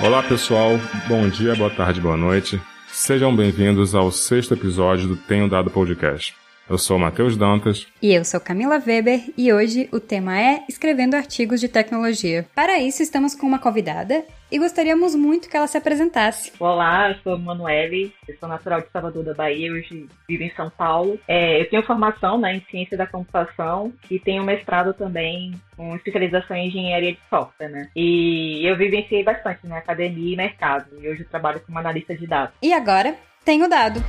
Olá pessoal, bom dia, boa tarde, boa noite. Sejam bem-vindos ao 6º episódio do Tenho Dado Podcast. Eu sou o Matheus Dantas. E eu sou Camila Weber e hoje o tema é escrevendo artigos de tecnologia. Para isso estamos com uma convidada e gostaríamos muito que ela se apresentasse. Olá, eu sou a Manuele, eu sou natural de Salvador da Bahia, hoje vivo em São Paulo. Eu tenho formação em ciência da computação e tenho mestrado também com especialização em engenharia de software, né? E eu vivenciei bastante na academia e mercado, e hoje eu trabalho como analista de dados. E agora, Tenho Dado.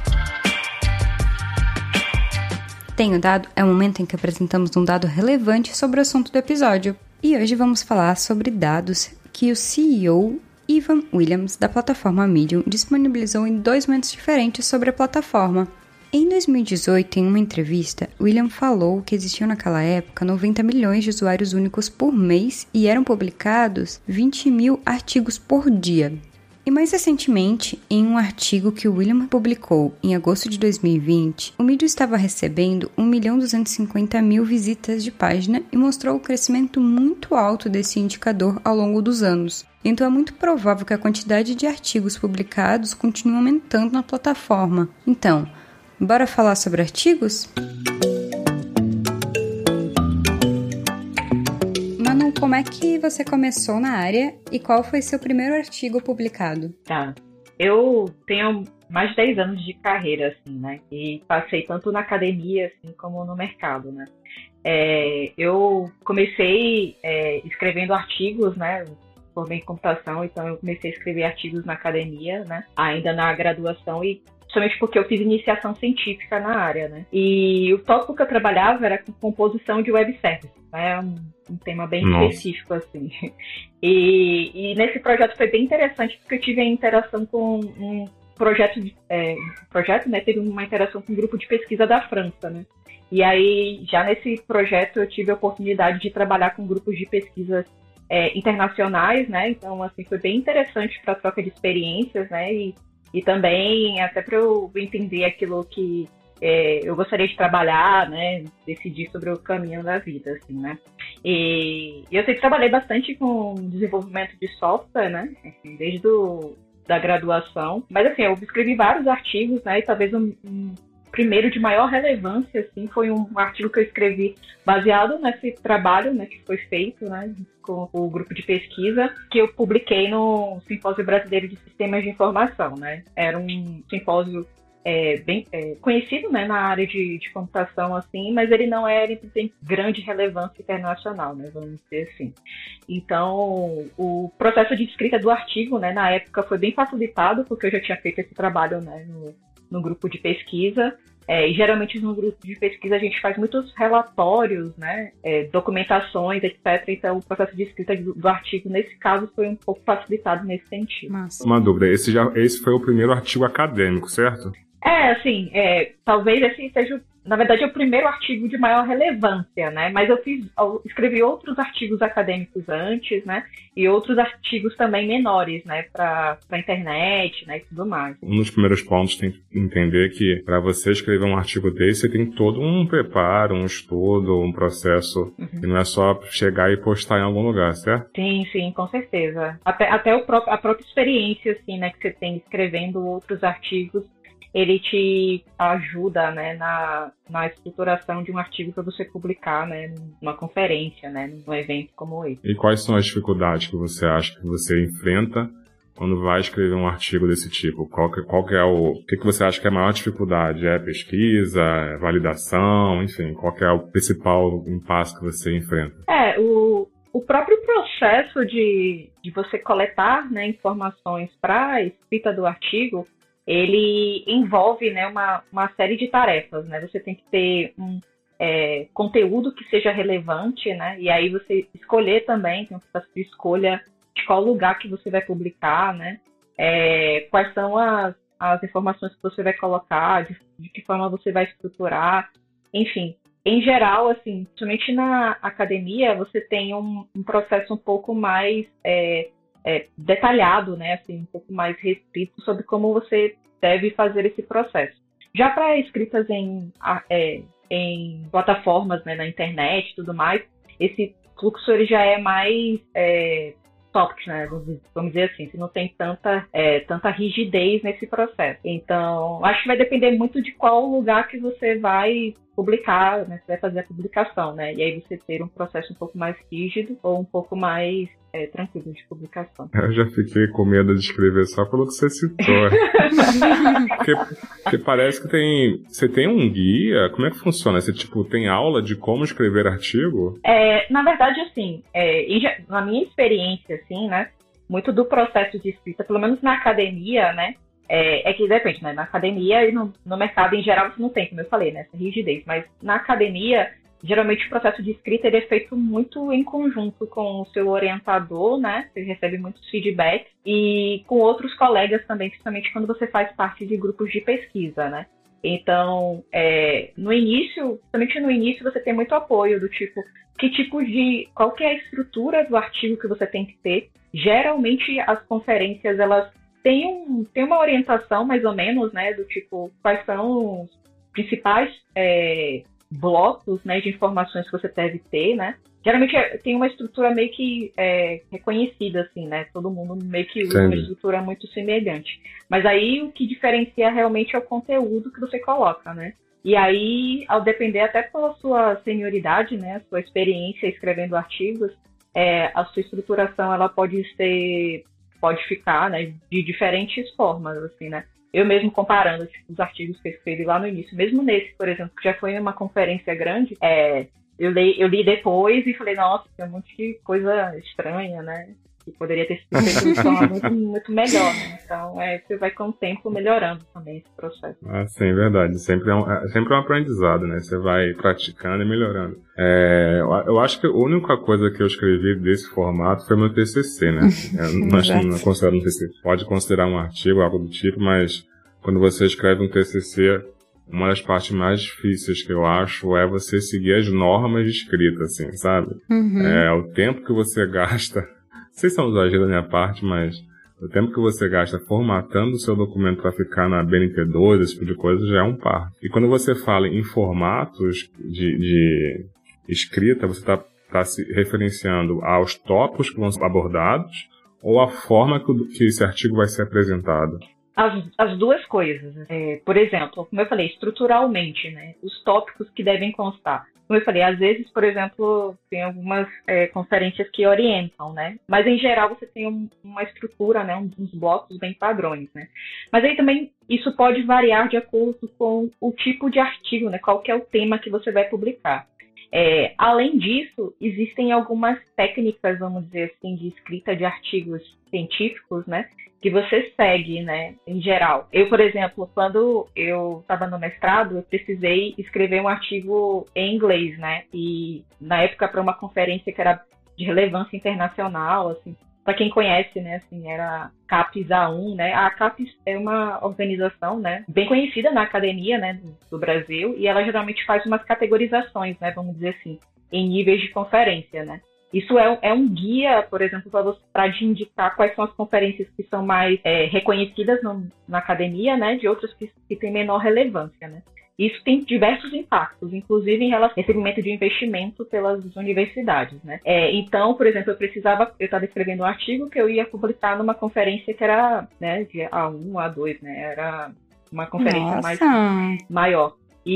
Tenho Dado é o momento em que apresentamos um dado relevante sobre o assunto do episódio. E hoje vamos falar sobre dados que o CEO Ivan Williams, da plataforma Medium, disponibilizou em 2 momentos diferentes sobre a plataforma. Em 2018, em uma entrevista, William falou que existiam naquela época 90 milhões de usuários únicos por mês e eram publicados 20 mil artigos por dia. E mais recentemente, em um artigo que o William publicou em agosto de 2020, o Medium estava recebendo 1.250.000 visitas de página e mostrou o crescimento muito alto desse indicador ao longo dos anos. Então é muito provável que a quantidade de artigos publicados continue aumentando na plataforma. Então, bora falar sobre artigos? Manu, como é que você começou na área e qual foi seu primeiro artigo publicado? Tá. Eu tenho mais de 10 anos de carreira, assim, né? E passei tanto na academia, assim, como no mercado, né? Eu comecei escrevendo artigos, né? Formei em computação, então eu comecei a escrever artigos na academia, né? Ainda na graduação e principalmente porque eu fiz iniciação científica na área, né? E o tópico que eu trabalhava era com composição de web service, né? Um tema bem específico, assim. E nesse projeto foi bem interessante porque eu tive a interação com um projeto, né? Teve uma interação com um grupo de pesquisa da França, né? E aí, já nesse projeto, eu tive a oportunidade de trabalhar com grupos de pesquisa internacionais, né? Então, assim, foi bem interessante para a troca de experiências, né? E também até para eu entender aquilo que eu gostaria de trabalhar, né? Decidir sobre o caminho da vida, assim, né? E eu sempre trabalhei bastante com desenvolvimento de software, né? Assim, desde da graduação. Mas, assim, eu escrevi vários artigos, né? E talvez um primeiro de maior relevância, assim, foi um artigo que eu escrevi baseado nesse trabalho, né, que foi feito, né, com o grupo de pesquisa, que eu publiquei no Simpósio Brasileiro de Sistemas de Informação, né. Era um simpósio bem conhecido, né, na área de computação, assim, mas ele não tem grande relevância internacional, né, vamos dizer assim. Então, o processo de escrita do artigo, né, na época foi bem facilitado, porque eu já tinha feito esse trabalho, né, no grupo de pesquisa, e geralmente no grupo de pesquisa a gente faz muitos relatórios, né, documentações, etc. Então o processo de escrita do artigo, nesse caso, foi um pouco facilitado nesse sentido. Nossa. Uma dúvida, esse foi o primeiro artigo acadêmico, certo? Assim, talvez esse seja, na verdade, o primeiro artigo de maior relevância, né? Mas eu escrevi outros artigos acadêmicos antes, né? E outros artigos também menores, né? Para internet, né? E tudo mais. Um dos primeiros pontos tem que entender que para você escrever um artigo desse, você tem todo um preparo, um estudo, um processo. Que não é só chegar e postar em algum lugar, certo? Sim, com certeza. Até a própria experiência, assim, né? Que você tem escrevendo outros artigos, ele te ajuda, né, na estruturação de um artigo para você publicar, né, numa conferência, né, num evento como esse. E quais são as dificuldades que você acha que você enfrenta quando vai escrever um artigo desse tipo? Qual que é o que você acha que é a maior dificuldade? É pesquisa, é validação, enfim, qual que é o principal impasse que você enfrenta? O próprio processo de você coletar, né, informações para a escrita do artigo, ele envolve, né, uma série de tarefas, né? Você tem que ter um conteúdo que seja relevante, né? E aí você escolher também, tem um processo de escolha de qual lugar que você vai publicar, né? Quais são as informações que você vai colocar, de que forma você vai estruturar, enfim. Em geral, assim, principalmente na academia, você tem um processo um pouco mais detalhado, né, assim, um pouco mais restrito sobre como você deve fazer esse processo. Já para escritas em plataformas, né, na internet e tudo mais, esse fluxo ele já é mais topics, né? Vamos dizer assim, se não tem tanta rigidez nesse processo. Então, acho que vai depender muito de qual lugar que você vai publicar, né? Você vai fazer a publicação, né? E aí você ter um processo um pouco mais rígido ou um pouco mais tranquilo de publicação. Eu já fiquei com medo de escrever só pelo que você citou. porque parece que você tem um guia. Como é que funciona? Você, tem aula de como escrever artigo? Na verdade, assim, na minha experiência, assim, né, muito do processo de escrita, pelo menos na academia, né, que depende, né, na academia e no mercado em geral você não tem, como eu falei, né, essa rigidez, mas na academia, geralmente o processo de escrita ele é feito muito em conjunto com o seu orientador, né, você recebe muitos feedbacks, e com outros colegas também, principalmente quando você faz parte de grupos de pesquisa, né. Então, somente no início você tem muito apoio do tipo, qual que é a estrutura do artigo que você tem que ter. Geralmente as conferências, elas têm uma orientação mais ou menos, né, do tipo, quais são os principais blocos, né, de informações que você deve ter, né. Geralmente tem uma estrutura meio que reconhecida, assim, né? Todo mundo meio que usa uma estrutura muito semelhante. Mas aí o que diferencia realmente é o conteúdo que você coloca, né? E aí, ao depender até pela sua senioridade, né? A sua experiência escrevendo artigos, a sua estruturação, ela pode ficar, né? De diferentes formas, assim, né? Eu mesmo comparando os artigos que eu escrevi lá no início, mesmo nesse, por exemplo, que já foi uma conferência grande, eu li depois e falei, nossa, tem um monte de coisa estranha, né? Que poderia ter sido feito de forma muito, muito melhor, né? Então, você vai com o tempo melhorando também esse processo. Ah, sim, verdade. Sempre é um aprendizado, né? Você vai praticando e melhorando. Eu acho que a única coisa que eu escrevi desse formato foi meu TCC, né? Eu não considero um TCC. Pode considerar um artigo, algo do tipo, mas quando você escreve um TCC... Uma das partes mais difíceis que eu acho é você seguir as normas de escrita, assim, sabe? Uhum. O tempo que você gasta, não sei se é um exagero da minha parte, mas o tempo que você gasta formatando o seu documento para ficar na BNT2, esse tipo de coisa, já é um parto. E quando você fala em formatos de escrita, você está se referenciando aos tópicos que vão ser abordados ou a forma que esse artigo vai ser apresentado? As duas coisas. Por exemplo, como eu falei, estruturalmente, né? Os tópicos que devem constar. Como eu falei, às vezes, por exemplo, tem algumas conferências que orientam, né? Mas, em geral, você tem uma estrutura, né? Uns blocos bem padrões, né? Mas aí também isso pode variar de acordo com o tipo de artigo, né? Qual que é o tema que você vai publicar. Além disso, existem algumas técnicas, vamos dizer assim, de escrita de artigos científicos, né? Que você segue, né, em geral. Eu, por exemplo, quando eu estava no mestrado, eu precisei escrever um artigo em inglês, né, e na época para uma conferência que era de relevância internacional, assim, para quem conhece, né, assim, era CAPES A1, né, a CAPES é uma organização, né, bem conhecida na academia, né, do Brasil, e ela geralmente faz umas categorizações, né, vamos dizer assim, em níveis de conferência, né. Isso é um guia, por exemplo, para te indicar quais são as conferências que são mais reconhecidas na academia, né, de outras que têm menor relevância, né. Isso tem diversos impactos, inclusive em relação ao recebimento de investimento pelas universidades, né. Então, por exemplo, eu estava escrevendo um artigo que eu ia publicar numa conferência que era, né, de A1, A2, né, era uma conferência maior.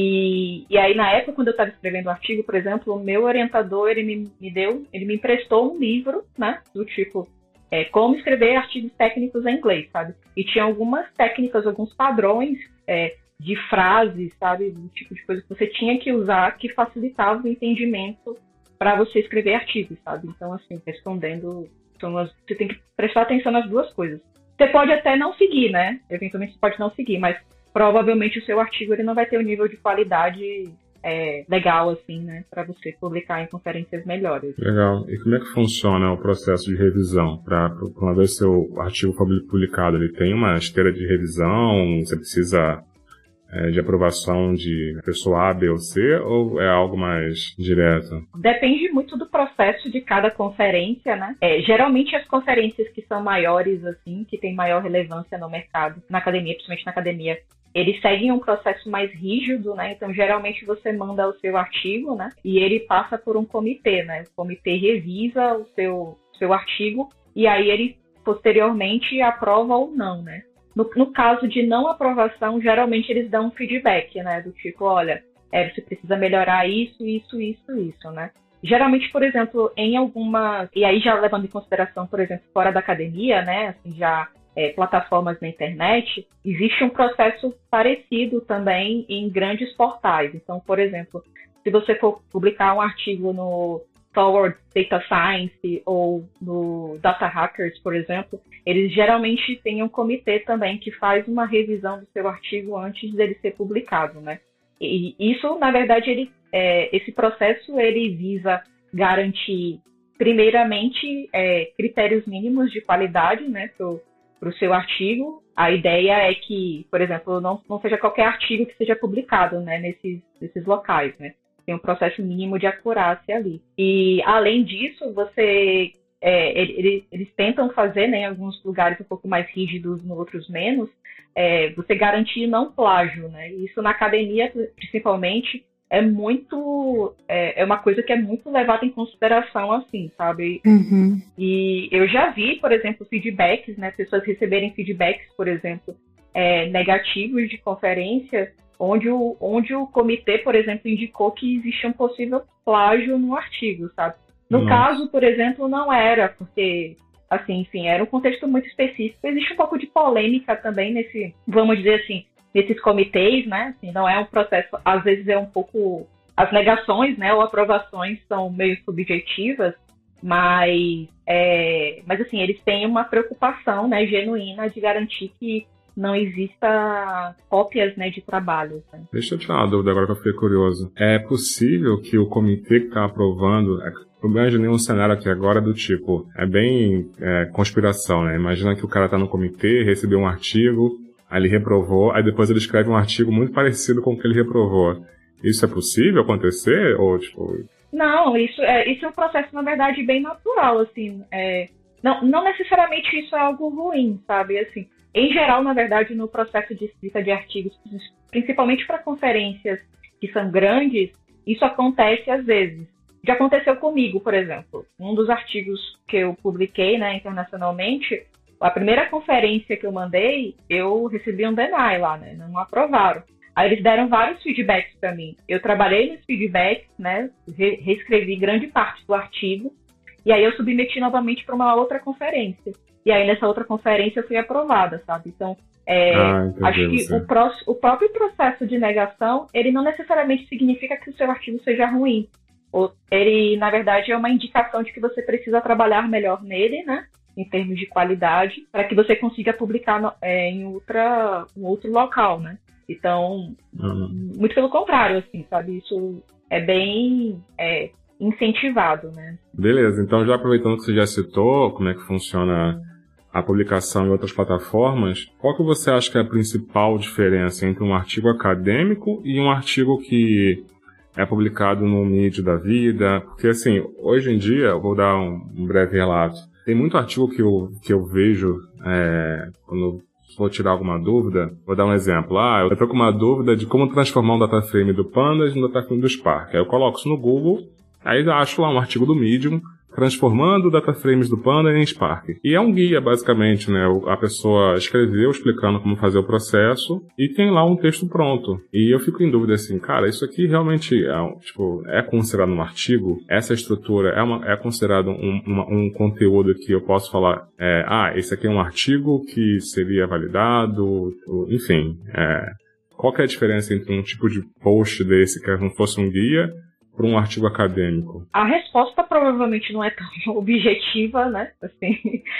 E aí, na época, quando eu estava escrevendo o artigo, por exemplo, o meu orientador, ele me emprestou um livro, né, do tipo, como escrever artigos técnicos em inglês, sabe? E tinha algumas técnicas, alguns padrões de frases, sabe? Do tipo de coisa que você tinha que usar que facilitava o entendimento para você escrever artigos, sabe? Então, assim, respondendo, você tem que prestar atenção nas duas coisas. Você pode até não seguir, né? Eventualmente você pode não seguir, mas provavelmente o seu artigo ele não vai ter um nível de qualidade legal, assim, né? Para você publicar em conferências melhores. Legal. E como é que funciona o processo de revisão? Para uma vez seu artigo for publicado, ele tem uma esteira de revisão? Você precisa de aprovação de pessoa A, B ou C? Ou é algo mais direto? Depende muito do processo de cada conferência, né? Geralmente as conferências que são maiores, assim, que têm maior relevância no mercado, na academia, principalmente na academia, eles seguem um processo mais rígido, né? Então, geralmente você manda o seu artigo, né? E ele passa por um comitê, né? O comitê revisa o seu artigo e aí ele posteriormente aprova ou não, né? No caso de não aprovação, geralmente eles dão um feedback, né? Do tipo, olha, você precisa melhorar isso, né? Geralmente, por exemplo, em alguma... E aí já levando em consideração, por exemplo, fora da academia, né? Assim, já plataformas na internet, existe um processo parecido também em grandes portais. Então, por exemplo, se você for publicar um artigo no Towards Data Science ou no Data Hackers, por exemplo, eles geralmente têm um comitê também que faz uma revisão do seu artigo antes dele ser publicado, né? E isso, na verdade, esse processo ele visa garantir, primeiramente, critérios mínimos de qualidade, né, para o seu artigo. A ideia é que, por exemplo, não seja qualquer artigo que seja publicado, né, nesses locais, né? Tem um processo mínimo de acurácia ali. E, além disso, eles tentam fazer, né, em alguns lugares um pouco mais rígidos, em outros menos, você garantir não plágio, né? Isso na academia, principalmente, é uma coisa que é muito levada em consideração, assim, sabe? Uhum. E eu já vi, por exemplo, feedbacks, né? Pessoas receberem feedbacks, por exemplo, negativos de conferência, onde o comitê, por exemplo, indicou que existia um possível plágio no artigo, sabe? No caso, por exemplo, não era, porque, assim, enfim, era um contexto muito específico. Existe um pouco de polêmica também vamos dizer assim, nesses comitês, né? Assim, não é um processo, às vezes é um pouco... As negações, né, ou aprovações são meio subjetivas, mas assim, eles têm uma preocupação, né, genuína de garantir que não exista cópias, né, de trabalhos. Né? Deixa eu tirar uma dúvida agora que eu fiquei curioso. É possível que o comitê que está aprovando... Eu imaginei um cenário aqui agora do tipo... É bem conspiração, né? Imagina que o cara está no comitê, recebeu um artigo, aí ele reprovou, aí depois ele escreve um artigo muito parecido com o que ele reprovou. Isso é possível acontecer? Ou, tipo... Não, isso é um processo, na verdade, bem natural, assim. Não necessariamente isso é algo ruim, sabe? Assim, em geral, na verdade, no processo de escrita de artigos, principalmente para conferências que são grandes, isso acontece às vezes. Já aconteceu comigo, por exemplo. Um dos artigos que eu publiquei, né, internacionalmente, a primeira conferência que eu mandei, eu recebi um deny lá, né? Não aprovaram. Aí eles deram vários feedbacks para mim. Eu trabalhei nos feedbacks, né? Reescrevi grande parte do artigo. E aí eu submeti novamente para uma outra conferência. E aí nessa outra conferência eu fui aprovada, sabe? Então, acho que o próprio processo de negação, ele não necessariamente significa que o seu artigo seja ruim. Ele, na verdade, é uma indicação de que você precisa trabalhar melhor nele, né? Em termos de qualidade, para que você consiga publicar em um outro local, né? Então, muito pelo contrário, assim, sabe? Isso é bem incentivado, né? Beleza, então já aproveitando que você já citou como é que funciona a publicação em outras plataformas, qual que você acha que é a principal diferença entre um artigo acadêmico e um artigo que é publicado no Medium da vida? Porque, assim, hoje em dia, eu vou dar um breve relato, tem muito artigo que eu vejo quando vou tirar alguma dúvida. Vou dar um exemplo. Eu estou com uma dúvida de como transformar um dataframe do Pandas no dataframe do Spark. Aí eu coloco isso no Google, aí acho lá um artigo do Medium transformando dataframes do Panda em Spark. E é um guia, basicamente, né? A pessoa escreveu explicando como fazer o processo e tem lá um texto pronto. E eu fico em dúvida assim, cara, isso aqui realmente é considerado um artigo? Essa estrutura é considerado um conteúdo que eu posso falar, esse aqui é um artigo que seria validado, enfim. Qual que é a diferença entre um tipo de post desse, que não fosse um guia, para um artigo acadêmico? A resposta provavelmente não é tão objetiva, né? Assim,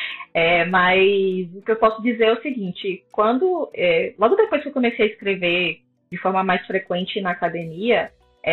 mas o que eu posso dizer é o seguinte: logo depois que eu comecei a escrever de forma mais frequente na academia,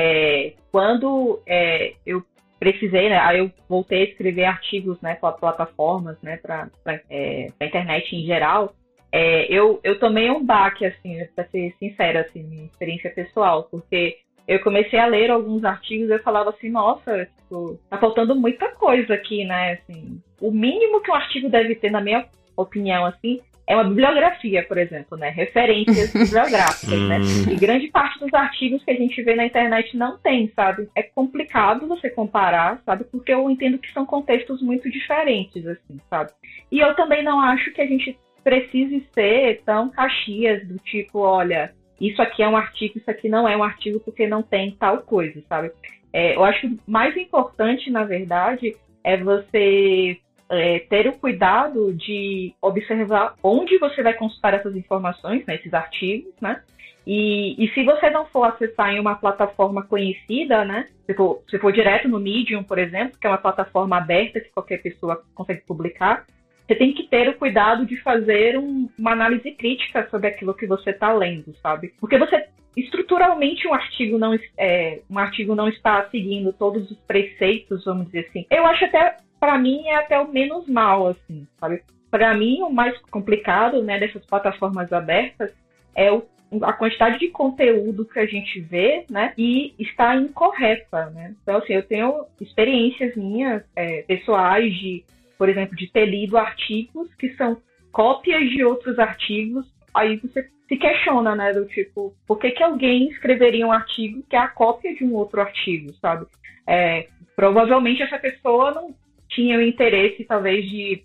quando eu precisei, né? Aí eu voltei a escrever artigos, né, para plataformas, né, para internet em geral. Eu tomei um baque, assim, para ser sincera, assim, minha experiência pessoal, porque eu comecei a ler alguns artigos e eu falava assim, nossa, tá faltando muita coisa aqui, né? Assim, o mínimo que um artigo deve ter, na minha opinião, assim, é uma bibliografia, por exemplo, né? Referências bibliográficas, né? E grande parte dos artigos que a gente vê na internet não tem, sabe? É complicado você comparar, sabe? Porque eu entendo que são contextos muito diferentes, assim, sabe? E eu também não acho que a gente precise ser tão caxias do tipo, olha, isso aqui é um artigo, isso aqui não é um artigo porque não tem tal coisa, sabe? Eu acho que o mais importante, na verdade, é você ter o cuidado de observar onde você vai consultar essas informações, né, esses artigos, né? E se você não for acessar em uma plataforma conhecida, né? Se for direto no Medium, por exemplo, que é uma plataforma aberta que qualquer pessoa consegue publicar, você tem que ter o cuidado de fazer uma análise crítica sobre aquilo que você está lendo, sabe? Porque estruturalmente um artigo não está seguindo todos os preceitos, vamos dizer assim. Eu acho até, para mim, é até o menos mal, assim, sabe? Para mim, o mais complicado, né, dessas plataformas abertas é a quantidade de conteúdo que a gente vê, né, e está incorreta, né? Então, assim, eu tenho experiências minhas, pessoais, por exemplo, de ter lido artigos que são cópias de outros artigos. Aí você se questiona, né, do tipo, por que alguém escreveria um artigo que é a cópia de um outro artigo, sabe? Provavelmente essa pessoa não tinha o interesse, talvez, de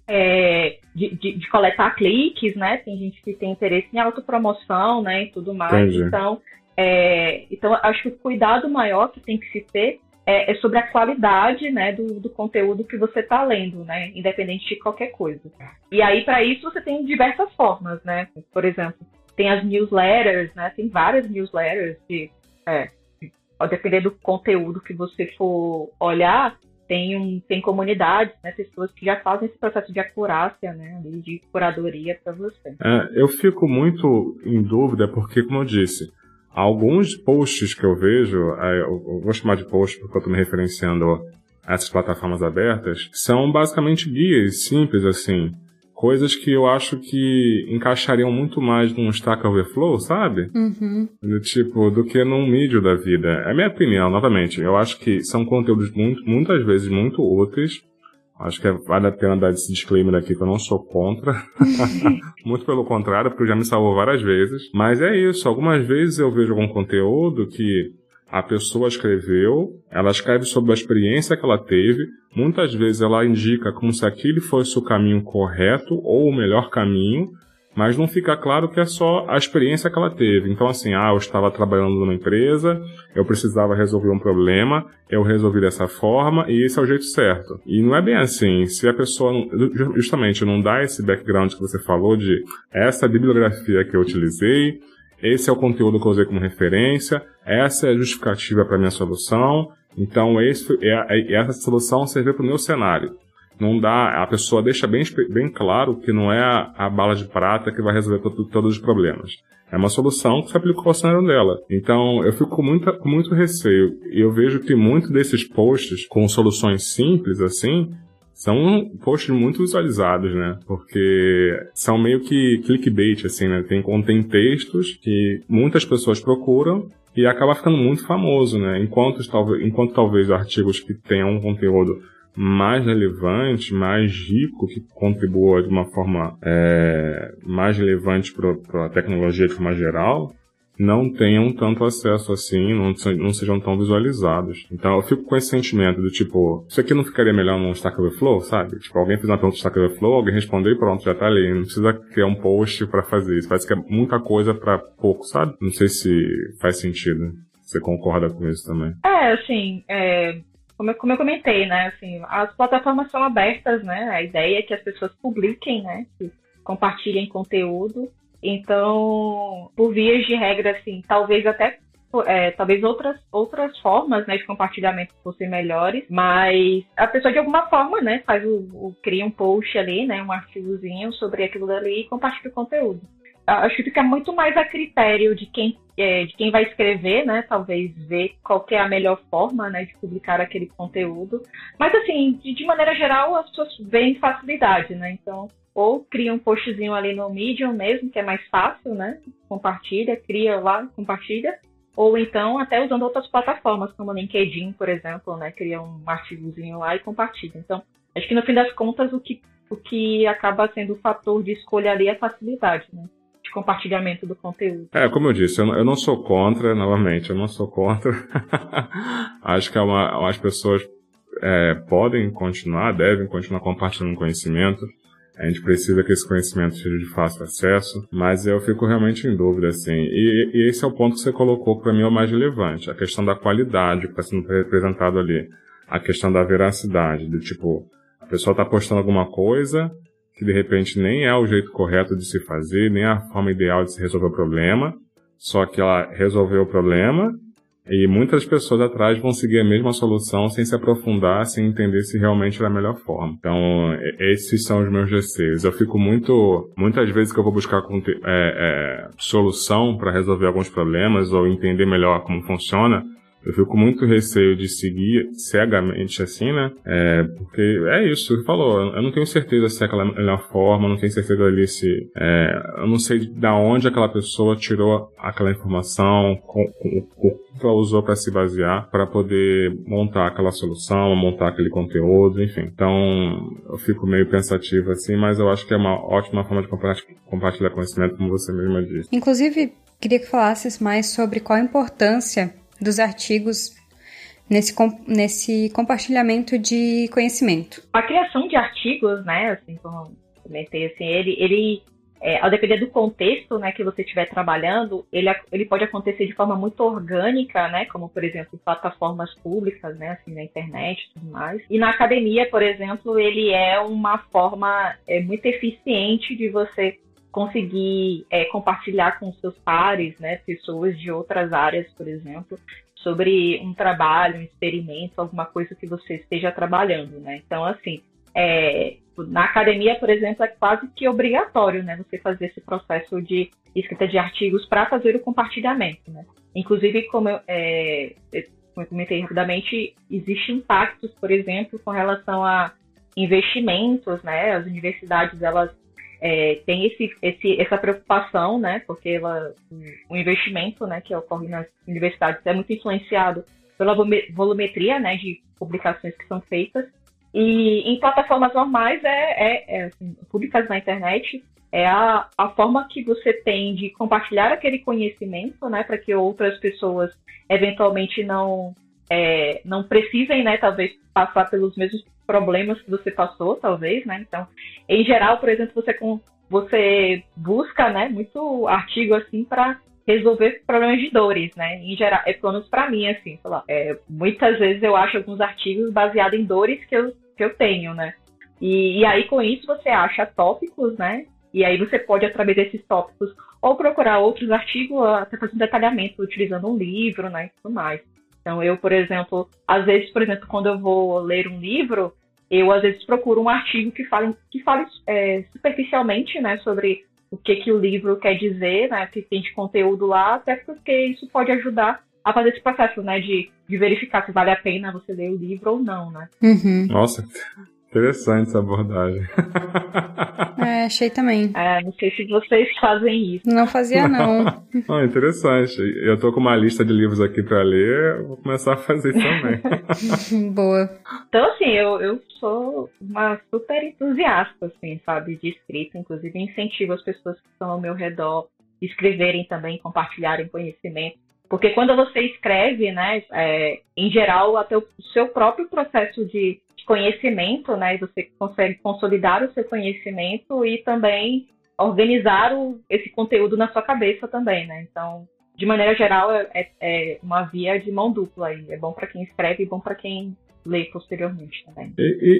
coletar cliques, né? Tem gente que tem interesse em autopromoção, né, e tudo mais. Entendi. Então, acho que o cuidado maior que tem que se ter é sobre a qualidade, né, do conteúdo que você está lendo, né, independente de qualquer coisa. E aí, para isso, você tem diversas formas, né? Por exemplo, tem as newsletters, né? Tem várias newsletters ao depender do conteúdo que você for olhar, tem comunidades, né, pessoas que já fazem esse processo de acurácia, né, de curadoria para você. Eu fico muito em dúvida porque, como eu disse, alguns posts que eu vejo, eu vou chamar de post porque eu estou me referenciando a essas plataformas abertas, são basicamente guias simples, assim, coisas que eu acho que encaixariam muito mais num Stack Overflow, sabe? Uhum. Do que num Medium da vida. É a minha opinião, novamente. Eu acho que são conteúdos muitas vezes muito úteis. Acho que vale a pena dar esse disclaimer aqui que eu não sou contra. Muito pelo contrário, porque já me salvou várias vezes. Mas é isso. Algumas vezes eu vejo algum conteúdo que a pessoa escreveu, ela escreve sobre a experiência que ela teve. Muitas vezes ela indica como se aquele fosse o caminho correto ou o melhor caminho, mas não fica claro que é só a experiência que ela teve. Então, assim, eu estava trabalhando numa empresa, eu precisava resolver um problema, eu resolvi dessa forma e esse é o jeito certo. E não é bem assim. Se a pessoa, justamente, não dá esse background que você falou de essa bibliografia que eu utilizei, esse é o conteúdo que eu usei como referência, essa é a justificativa para a minha solução, então essa solução serve para o meu cenário. Não dá, a pessoa deixa bem claro que não é a bala de prata que vai resolver todos os problemas. É uma solução que se aplicou ao cenário dela. Então, eu fico com muito receio. E eu vejo que muitos desses posts com soluções simples, assim, são posts muito visualizados, né? Porque são meio que clickbait, assim, né? Contém textos que muitas pessoas procuram e acaba ficando muito famoso, né? Enquanto talvez artigos que tenham um conteúdo mais relevante, mais rico, que contribua de uma forma mais relevante para a tecnologia de forma geral, não tenham tanto acesso assim, não sejam tão visualizados. Então eu fico com esse sentimento do tipo, isso aqui não ficaria melhor num Stack Overflow, sabe? Tipo, alguém fez uma pergunta no Stack Overflow, alguém respondeu e pronto, já tá ali. Não precisa criar um post pra fazer isso. Parece que é muita coisa pra pouco, sabe? Não sei se faz sentido. Você concorda com isso também? Como eu comentei, né, assim, as plataformas são abertas, né, a ideia é que as pessoas publiquem, né, que compartilhem conteúdo, então, por vias de regra, assim, talvez outras formas, né, de compartilhamento fossem melhores, mas a pessoa de alguma forma, né, cria um post ali, né, um artigozinho sobre aquilo dali e compartilha o conteúdo. Acho que fica muito mais a critério de quem vai escrever, né? Talvez ver qual que é a melhor forma, né, de publicar aquele conteúdo. Mas, assim, de maneira geral, as pessoas veem facilidade, né? Então, ou cria um postzinho ali no Medium mesmo, que é mais fácil, né? Compartilha, cria lá, compartilha. Ou então, até usando outras plataformas, como o LinkedIn, por exemplo, né? Cria um artigozinho lá e compartilha. Então, acho que no fim das contas, o que o que acaba sendo o fator de escolha ali é a facilidade, né? De compartilhamento do conteúdo. Como eu disse, eu não sou contra, novamente, eu não sou contra. Acho que as pessoas podem continuar, devem continuar compartilhando conhecimento. A gente precisa que esse conhecimento seja de fácil acesso, mas eu fico realmente em dúvida, assim. E esse é o ponto que você colocou, que para mim é o mais relevante, a questão da qualidade que está sendo representado ali, a questão da veracidade, do tipo, a pessoa está postando alguma coisa que de repente nem é o jeito correto de se fazer, nem a forma ideal de se resolver o problema, só que ela resolveu o problema, e muitas pessoas atrás vão seguir a mesma solução sem se aprofundar, sem entender se realmente é a melhor forma. Então, esses são os meus receios. Eu fico muitas vezes que eu vou buscar solução para resolver alguns problemas ou entender melhor como funciona, eu fico muito receio de seguir cegamente assim, né? Porque é isso, você falou, eu não tenho certeza se é aquela melhor forma, eu não tenho certeza ali se... eu não sei de onde aquela pessoa tirou aquela informação, o que ela usou para se basear, para poder montar aquela solução, montar aquele conteúdo, enfim. Então, eu fico meio pensativo assim, mas eu acho que é uma ótima forma de compartilhar conhecimento, como você mesma disse. Inclusive, queria que falasses mais sobre qual a importância dos artigos nesse compartilhamento de conhecimento. A criação de artigos, né, assim como comentei, assim, ele ao depender do contexto, né, que você estiver trabalhando, ele pode acontecer de forma muito orgânica, né, como, por exemplo, plataformas públicas, né, assim, na internet e tudo mais. E na academia, por exemplo, ele é uma forma muito eficiente de você conseguir compartilhar com seus pares, né, pessoas de outras áreas, por exemplo, sobre um trabalho, um experimento, alguma coisa que você esteja trabalhando, né? Então, assim, na academia, por exemplo, é quase que obrigatório, né, você fazer esse processo de escrita de artigos para fazer o compartilhamento, né? Inclusive, como eu comentei rapidamente, existem impactos, por exemplo, com relação a investimentos, né? As universidades, elas tem essa preocupação, né, porque o investimento, né, que ocorre nas universidades é muito influenciado pela volumetria, né, de publicações que são feitas, e em plataformas normais, assim, públicas na internet, é a forma que você tem de compartilhar aquele conhecimento, né, para que outras pessoas eventualmente não precisem, né, talvez passar pelos mesmos problemas que você passou, talvez, né? Então, em geral, por exemplo, você busca, né, muito artigo assim para resolver problemas de dores, né? Em geral, pelo menos para mim, assim, sei lá, muitas vezes eu acho alguns artigos baseados em dores que eu tenho, né? E aí, com isso, você acha tópicos, né? E aí você pode, através desses tópicos, ou procurar outros artigos, ou até fazer um detalhamento utilizando um livro, né? E tudo mais. Então, eu, por exemplo, às vezes, quando eu vou ler um livro, eu, às vezes, procuro um artigo que fale superficialmente, né, sobre o que o livro quer dizer, né, o que tem de conteúdo lá, até porque isso pode ajudar a fazer esse processo, né, de verificar se vale a pena você ler o livro ou não, né. Uhum. Nossa, interessante essa abordagem. Achei também. Não sei se vocês fazem isso. Não fazia, não. Interessante. Eu tô com uma lista de livros aqui pra ler, vou começar a fazer isso também. Boa. Então, assim, eu sou uma super entusiasta, assim, sabe, de escrita. Inclusive, incentivo as pessoas que estão ao meu redor a escreverem também, compartilharem conhecimento. Porque quando você escreve, né, em geral, até o seu próprio processo de conhecimento, né, você consegue consolidar o seu conhecimento e também organizar esse conteúdo na sua cabeça também, né? Então, de maneira geral, é uma via de mão dupla aí. É bom para quem escreve e bom para quem lê posteriormente também.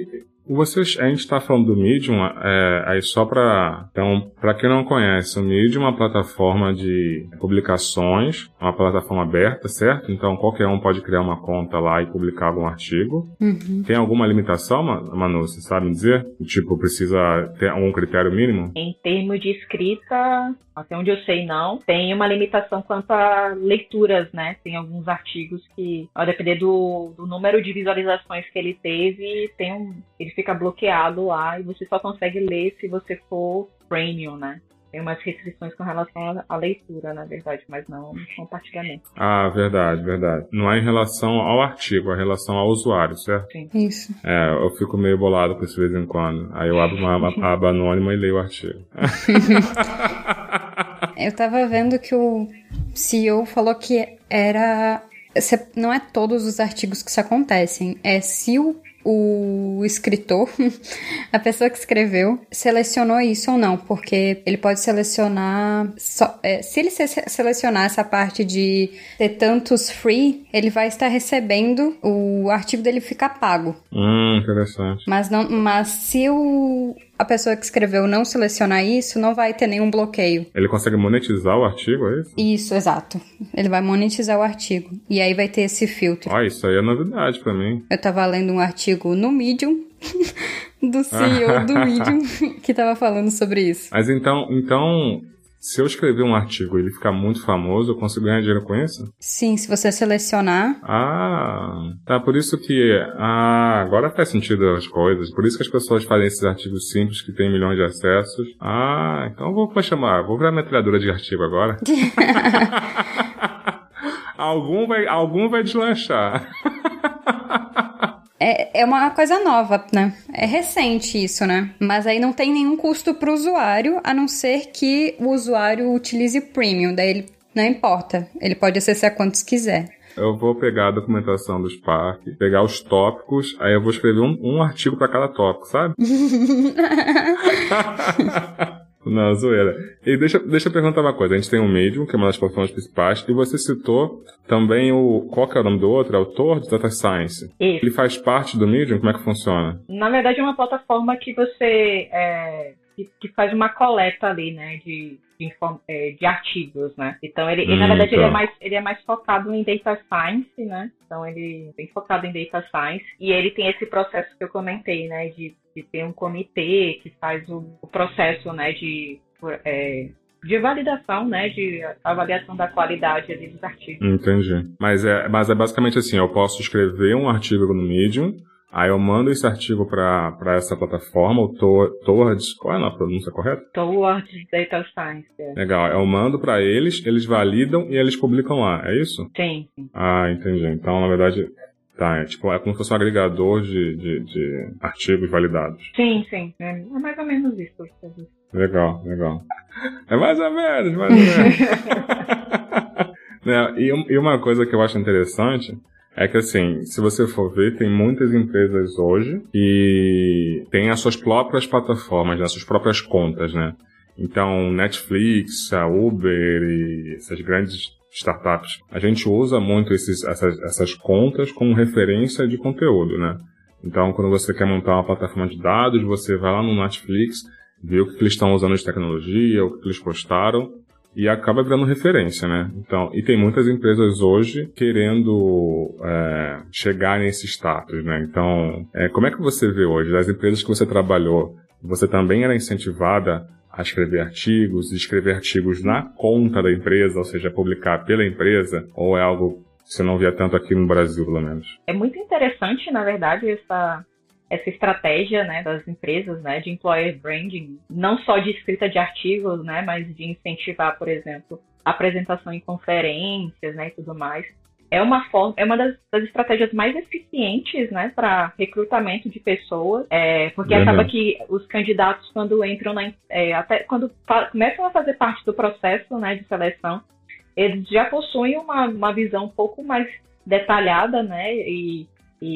A gente está falando do Medium, aí só para quem não conhece, o Medium é uma plataforma de publicações, uma plataforma aberta, certo? Então qualquer um pode criar uma conta lá e publicar algum artigo. Uhum. Tem alguma limitação, Manu, você sabe dizer? Tipo, precisa ter algum critério mínimo? Em termos de escrita, até onde eu sei não, tem uma limitação quanto a leituras, né? Tem alguns artigos que, ao depender do número de visualizações que ele teve, ele fica bloqueado lá e você só consegue ler se você for premium, né? tem umas restrições com relação à leitura, na verdade, mas não compartilhamento. Ah, verdade. Não é em relação ao artigo, é em relação ao usuário, certo? Sim. Isso. Eu fico meio bolado com isso de vez em quando. Aí eu abro uma aba anônima e leio o artigo. Eu tava vendo que o CEO falou que não é todos os artigos que isso acontecem, é se o escritor, a pessoa que escreveu, selecionou isso ou não, porque ele pode selecionar... se ele selecionar essa parte de ter tantos free, ele vai estar recebendo, o artigo dele ficar pago. Interessante. Mas se a pessoa que escreveu não selecionar isso, não vai ter nenhum bloqueio. Ele consegue monetizar o artigo, é isso? Isso, exato. Ele vai monetizar o artigo. E aí vai ter esse filtro. Isso aí é novidade pra mim. Eu tava lendo um artigo no Medium, do CEO do Medium, que tava falando sobre isso. Mas então, se eu escrever um artigo e ele ficar muito famoso, eu consigo ganhar dinheiro com isso? Sim, se você selecionar. Tá, por isso que... agora faz sentido as coisas. Por isso que as pessoas fazem esses artigos simples que tem milhões de acessos. Então vou virar metralhadora de artigo agora. Algum vai deslanchar. É uma coisa nova, né? É recente isso, né? Mas aí não tem nenhum custo pro usuário, a não ser que o usuário utilize Premium. Daí ele não importa, ele pode acessar quantos quiser. Eu vou pegar a documentação do Spark, pegar os tópicos, aí eu vou escrever um artigo para cada tópico, sabe? Não, zoeira. E deixa eu perguntar uma coisa. A gente tem o Medium, que é uma das plataformas principais, e você citou também qual que é o nome do outro? É o Tor de Data Science. Isso. Ele faz parte do Medium? Como é que funciona? Na verdade, é uma plataforma que você... que faz uma coleta ali, né, de artigos, né? Então, ele na verdade, ele é mais focado em Data Science, né? Então, ele é bem focado em Data Science. E ele tem esse processo que eu comentei, né, de ter um comitê que faz o processo, né, de validação, né, de avaliação da qualidade ali dos artigos. Entendi. Mas é basicamente assim, eu posso escrever um artigo no Medium, aí eu mando esse artigo para essa plataforma, o Towards... Qual é a pronúncia correta? Towards Data Science. Legal, eu mando para eles validam e eles publicam lá, é isso? Sim. Entendi. Então, na verdade... Tá, é como se fosse um agregador de artigos validados. Sim. É mais ou menos isso. Legal. É mais ou menos. E uma coisa que eu acho interessante é que, assim, se você for ver, tem muitas empresas hoje que têm as suas próprias plataformas, as suas próprias contas, né? Então, Netflix, a Uber e essas grandes startups, a gente usa muito essas contas como referência de conteúdo, né? Então, quando você quer montar uma plataforma de dados, você vai lá no Netflix, vê o que eles estão usando de tecnologia, o que eles postaram, e acaba virando referência, né? Então, e tem muitas empresas hoje querendo chegar nesse status, né? Então, como é que você vê hoje? Das empresas que você trabalhou, você também era incentivada a escrever artigos na conta da empresa, ou seja, publicar pela empresa, ou é algo que você não via tanto aqui no Brasil, pelo menos? É muito interessante, na verdade, essa estratégia, né, das empresas, né, de employer branding, não só de escrita de artigos, né, mas de incentivar, por exemplo, apresentação em conferências, né, e tudo mais. É uma das estratégias mais eficientes, né, para recrutamento de pessoas, porque acaba que os candidatos, quando entram até quando começam a fazer parte do processo, né, de seleção, eles já possuem uma visão um pouco mais detalhada, né, e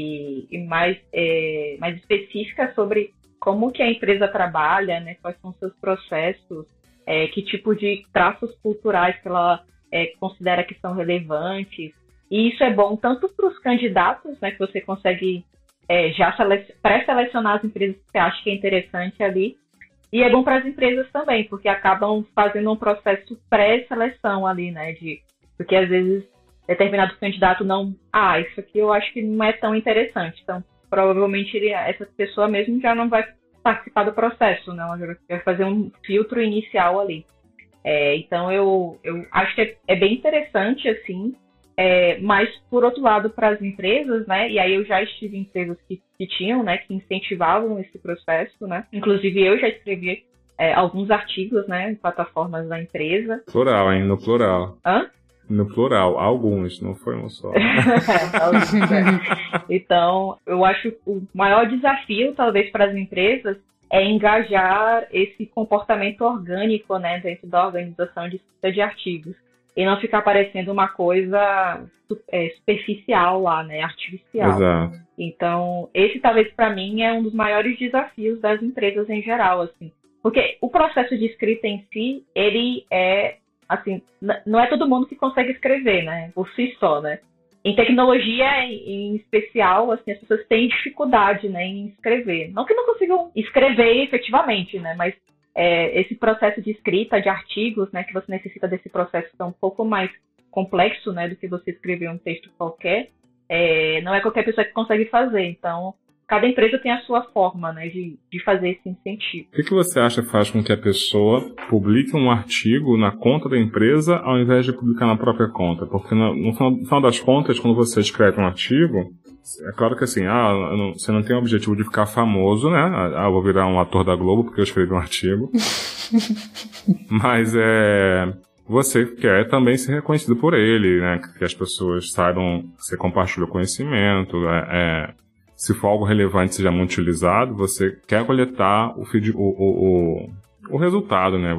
mais específica sobre como que a empresa trabalha, né, quais são seus processos, que tipo de traços culturais que ela considera que são relevantes. E isso é bom tanto para os candidatos, né, que você consegue já pré-selecionar as empresas que você acha que é interessante ali, e é bom para as empresas também, porque acabam fazendo um processo pré-seleção ali, né, porque às vezes determinado candidato não... isso aqui eu acho que não é tão interessante, então provavelmente essa pessoa mesmo já não vai participar do processo, né, ela vai fazer um filtro inicial ali. Então eu acho que é bem interessante, assim. Mas, por outro lado, para as empresas, né, e aí eu já estive em empresas que tinham, né, que incentivavam esse processo, né, inclusive eu já escrevi alguns artigos, né, em plataformas da empresa. Plural, hein? No plural. Hã? No plural, alguns, não foi um só. Então, eu acho que o maior desafio, talvez, para as empresas é engajar esse comportamento orgânico, né, dentro da organização de escrita de artigos. E não ficar parecendo uma coisa superficial lá, né, artificial. Exato. Então, esse talvez para mim é um dos maiores desafios das empresas em geral, assim. Porque o processo de escrita em si, ele é, assim, não é todo mundo que consegue escrever, né, por si só, né. Em tecnologia, em especial, assim, as pessoas têm dificuldade, né, em escrever. Não que não consigam escrever efetivamente, né, mas esse processo de escrita de artigos, né, que você necessita desse processo que é um pouco mais complexo, né, do que você escrever um texto qualquer, não é qualquer pessoa que consegue fazer. Então, cada empresa tem a sua forma, né, de fazer esse incentivo. O que você acha que faz com que a pessoa publique um artigo na conta da empresa ao invés de publicar na própria conta? Porque no final das contas, quando você escreve um artigo, é claro que assim, você não tem o objetivo de ficar famoso, né? Eu vou virar um ator da Globo porque eu escrevi um artigo. Mas você quer também ser reconhecido por ele, né? Que as pessoas saibam que você compartilha o conhecimento, se for algo relevante, seja muito utilizado, você quer coletar o resultado, né?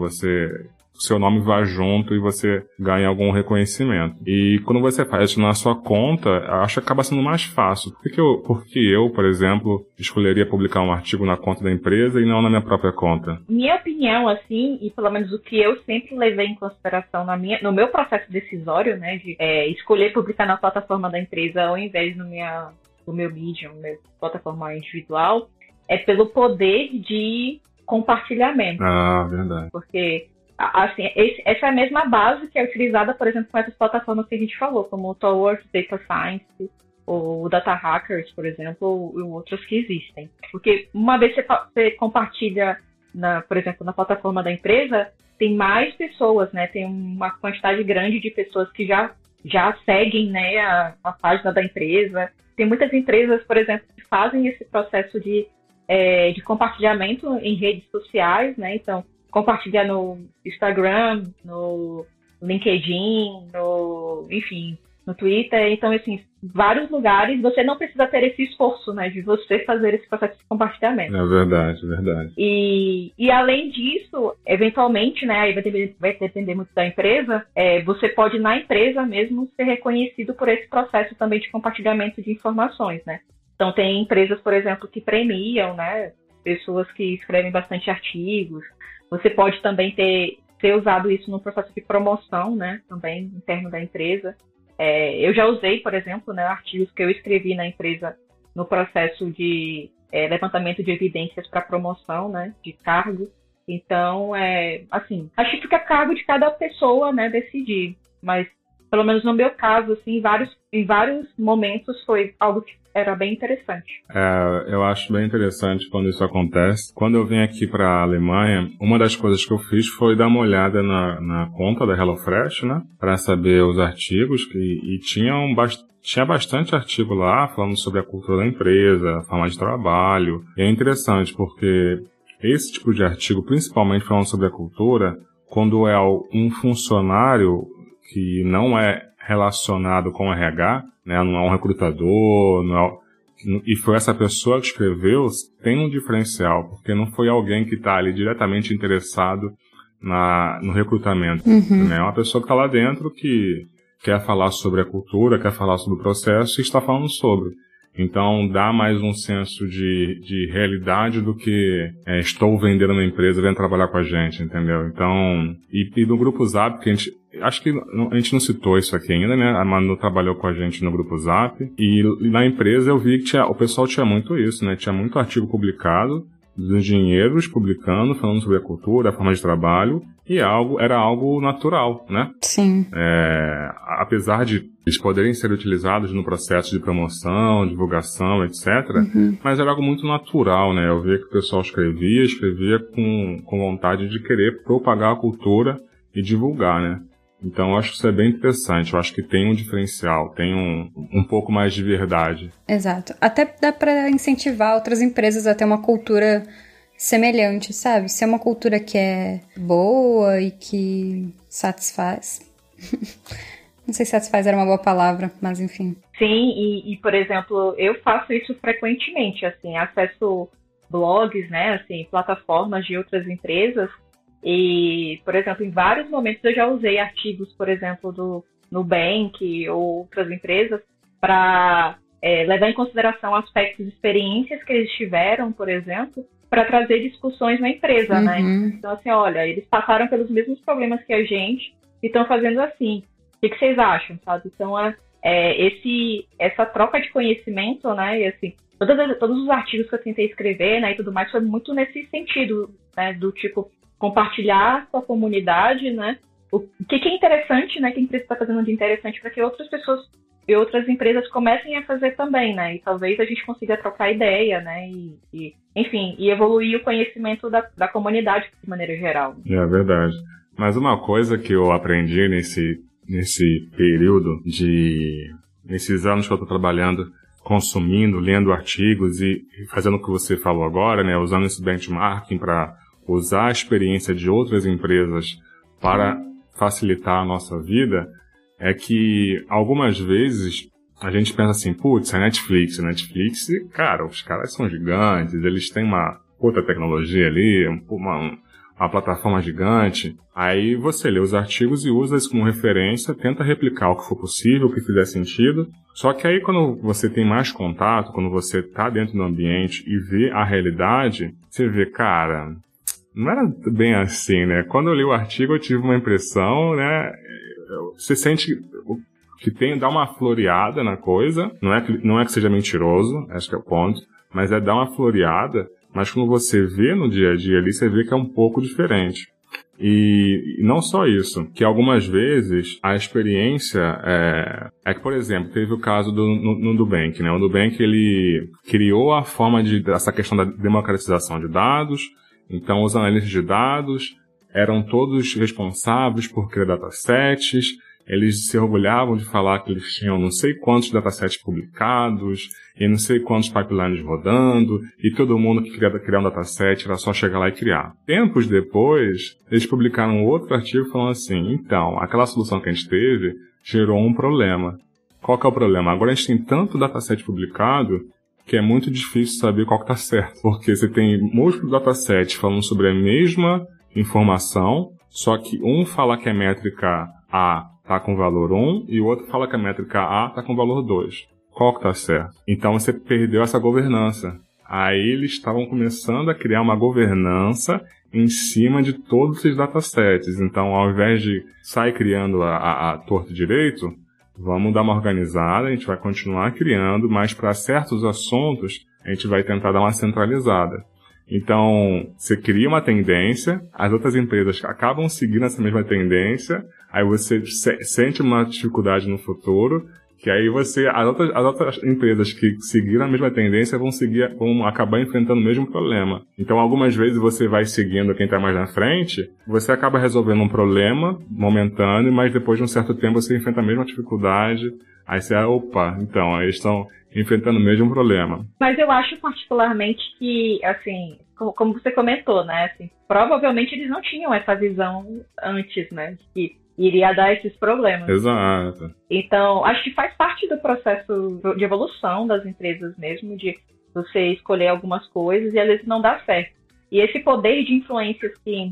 O seu nome vai junto e você ganha algum reconhecimento. E quando você faz isso na sua conta, acho que acaba sendo mais fácil. Porque eu, por exemplo, escolheria publicar um artigo na conta da empresa e não na minha própria conta? Minha opinião, assim, e pelo menos o que eu sempre levei em consideração no meu processo decisório, né, de escolher publicar na plataforma da empresa ao invés do meu Medium, minha plataforma individual, é pelo poder de compartilhamento. Ah, verdade. Porque, assim, essa é a mesma base que é utilizada, por exemplo, com essas plataformas que a gente falou, como o Towards Data Science, ou Data Hackers, por exemplo, ou outros que existem. Porque uma vez você compartilha, por exemplo, na plataforma da empresa, tem mais pessoas, né? Tem uma quantidade grande de pessoas que já seguem, né, a página da empresa. Tem muitas empresas, por exemplo, que fazem esse processo de compartilhamento em redes sociais, né? Então, compartilhar no Instagram, no LinkedIn, enfim, no Twitter. Então, assim, vários lugares, você não precisa ter esse esforço, né, de você fazer esse processo de compartilhamento. É verdade, verdade. E além disso, eventualmente, né, aí vai depender muito da empresa, você pode, na empresa mesmo, ser reconhecido por esse processo também de compartilhamento de informações, né. Então, tem empresas, por exemplo, que premiam, né, pessoas que escrevem bastante artigos. Você pode também ter usado isso no processo de promoção, né, também interno da empresa. Eu já usei, por exemplo, né, artigos que eu escrevi na empresa no processo de levantamento de evidências para promoção, né, de cargo. Então, assim, acho que fica a cargo de cada pessoa, né, decidir. Mas, pelo menos no meu caso, assim, em vários momentos foi algo que era bem interessante. Eu acho bem interessante quando isso acontece. Quando eu vim aqui para a Alemanha, uma das coisas que eu fiz foi dar uma olhada na conta da HelloFresh, né? Para saber os artigos e tinha bastante artigo lá falando sobre a cultura da empresa, a forma de trabalho. E é interessante porque esse tipo de artigo, principalmente falando sobre a cultura, quando é um funcionário que não é relacionado com o RH, né, não é um recrutador, e foi essa pessoa que escreveu, tem um diferencial, porque não foi alguém que está ali diretamente interessado no recrutamento. Né? É uma pessoa que está lá dentro que quer falar sobre a cultura, quer falar sobre o processo e está falando sobre. Então, dá mais um senso de realidade do que estou vendendo uma empresa, vem trabalhar com a gente, entendeu? Então, e no Grupo Zap, que acho que a gente não citou isso aqui ainda, né? A Manu trabalhou com a gente no Grupo Zap, e na empresa eu vi que o pessoal tinha muito isso, né? Tinha muito artigo publicado, dos engenheiros publicando, falando sobre a cultura, a forma de trabalho, e era algo natural, né? Sim. Apesar de eles poderem ser utilizados no processo de promoção, divulgação, etc., mas era algo muito natural, né? Eu via que o pessoal escrevia com vontade de querer propagar a cultura e divulgar, né? Então, eu acho que isso é bem interessante. Eu acho que tem um diferencial, tem um pouco mais de verdade. Exato. Até dá para incentivar outras empresas a ter uma cultura semelhante, sabe? Ser uma cultura que é boa e que satisfaz. Não sei se satisfaz era uma boa palavra, mas enfim. Sim, e por exemplo, eu faço isso frequentemente, assim, acesso blogs, né, assim, plataformas de outras empresas e, por exemplo, em vários momentos eu já usei artigos, por exemplo, do Nubank ou outras empresas para levar em consideração aspectos de experiências que eles tiveram, por exemplo, para trazer discussões na empresa, né? Então, assim, olha, eles passaram pelos mesmos problemas que a gente e estão fazendo assim. O que vocês acham, sabe? Então, essa troca de conhecimento, né? E, assim, todos os artigos que eu tentei escrever, né, e tudo mais, foi muito nesse sentido, né? Do tipo, compartilhar com a comunidade, né? O que é interessante, né? Que a empresa está fazendo de interessante para que outras pessoas e outras empresas comecem a fazer também, né? E talvez a gente consiga trocar ideia, né? Enfim, e evoluir o conhecimento da comunidade de maneira geral. É verdade. Mas uma coisa que eu aprendi nesse período nesses anos que eu estou trabalhando, consumindo, lendo artigos e fazendo o que você falou agora, né? Usando esse benchmarking para usar a experiência de outras empresas para facilitar a nossa vida, é que algumas vezes a gente pensa assim, putz, a Netflix, cara, os caras são gigantes, eles têm uma outra tecnologia ali, uma plataforma gigante. Aí você lê os artigos e usa isso como referência, tenta replicar o que for possível, o que fizer sentido. Só que aí quando você tem mais contato, quando você está dentro do ambiente e vê a realidade, você vê, cara, não era bem assim, né? Quando eu li o artigo eu tive uma impressão, né? Você sente que dá uma floreada na coisa, não é que seja mentiroso, acho que é o ponto, mas dar uma floreada, mas quando você vê no dia a dia ali, você vê que é um pouco diferente. E não só isso, que algumas vezes a experiência é que, por exemplo, teve o caso no Nubank, né? O Nubank, ele criou a forma essa questão da democratização de dados, então os analistas de dados eram todos responsáveis por criar datasets, eles se orgulhavam de falar que eles tinham não sei quantos datasets publicados, e não sei quantos pipelines rodando, e todo mundo que queria criar um dataset era só chegar lá e criar. Tempos depois, eles publicaram outro artigo falando assim, então, aquela solução que a gente teve gerou um problema. Qual que é o problema? Agora a gente tem tanto dataset publicado que é muito difícil saber qual que está certo, porque você tem múltiplos datasets falando sobre a mesma informação, só que um fala que a métrica A está com valor 1 e o outro fala que a métrica A está com valor 2. Qual que está certo? Então você perdeu essa governança. Aí eles estavam começando a criar uma governança em cima de todos esses datasets. Então, ao invés de sair criando a torto direito, vamos dar uma organizada, a gente vai continuar criando, mas para certos assuntos a gente vai tentar dar uma centralizada. Então, você cria uma tendência, as outras empresas acabam seguindo essa mesma tendência, aí você sente uma dificuldade no futuro, que aí as outras empresas que seguiram a mesma tendência vão acabar enfrentando o mesmo problema. Então, algumas vezes você vai seguindo quem está mais na frente, você acaba resolvendo um problema momentâneo, mas depois de um certo tempo você enfrenta a mesma dificuldade, aí você, então, eles estão enfrentando o mesmo problema. Mas eu acho particularmente que, assim, como você comentou, né, assim, provavelmente eles não tinham essa visão antes, né, de que iria dar esses problemas. Exato. Então, acho que faz parte do processo de evolução das empresas mesmo, de você escolher algumas coisas e às vezes não dá certo. E esse poder de influência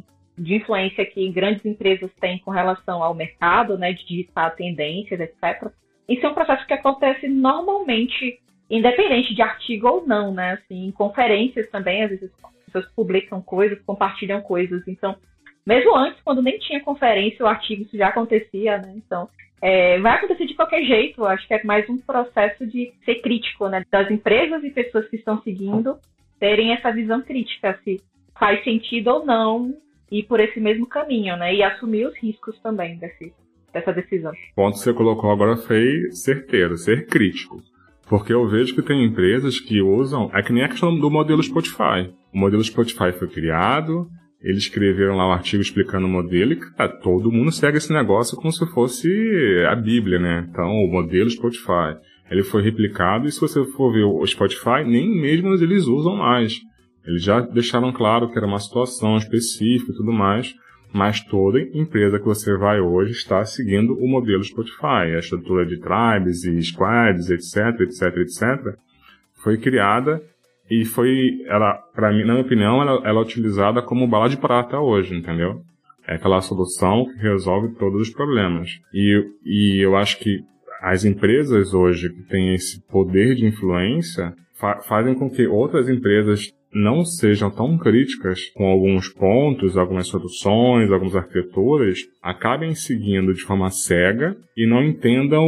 que grandes empresas têm com relação ao mercado, né, de digitar tendências, etc., isso é um processo que acontece normalmente, independente de artigo ou não, né? Assim, em conferências também, às vezes as pessoas publicam coisas, compartilham coisas. Então, mesmo antes, quando nem tinha conferência, o artigo isso já acontecia, né? Então, vai acontecer de qualquer jeito. Acho que é mais um processo de ser crítico, né? Das empresas e pessoas que estão seguindo terem essa visão crítica, se faz sentido ou não ir por esse mesmo caminho, né? E assumir os riscos também dessa decisão. O ponto que você colocou agora foi certeiro, ser crítico. Porque eu vejo que tem empresas que usam... É que nem a questão do modelo Spotify. O modelo Spotify foi criado, eles escreveram lá um artigo explicando o modelo e, cara, todo mundo segue esse negócio como se fosse a Bíblia, né? Então, o modelo Spotify, ele foi replicado e se você for ver o Spotify, nem mesmo eles usam mais. Eles já deixaram claro que era uma situação específica e tudo mais, mas toda empresa que você vai hoje está seguindo o modelo Spotify. A estrutura de tribes e squads, etc, foi criada e para mim, na minha opinião, ela é utilizada como bala de prata hoje, entendeu? É aquela solução que resolve todos os problemas. E eu acho que as empresas hoje que têm esse poder de influência fazem com que outras empresas não sejam tão críticas com alguns pontos, algumas soluções, algumas arquiteturas, acabem seguindo de forma cega e não entendam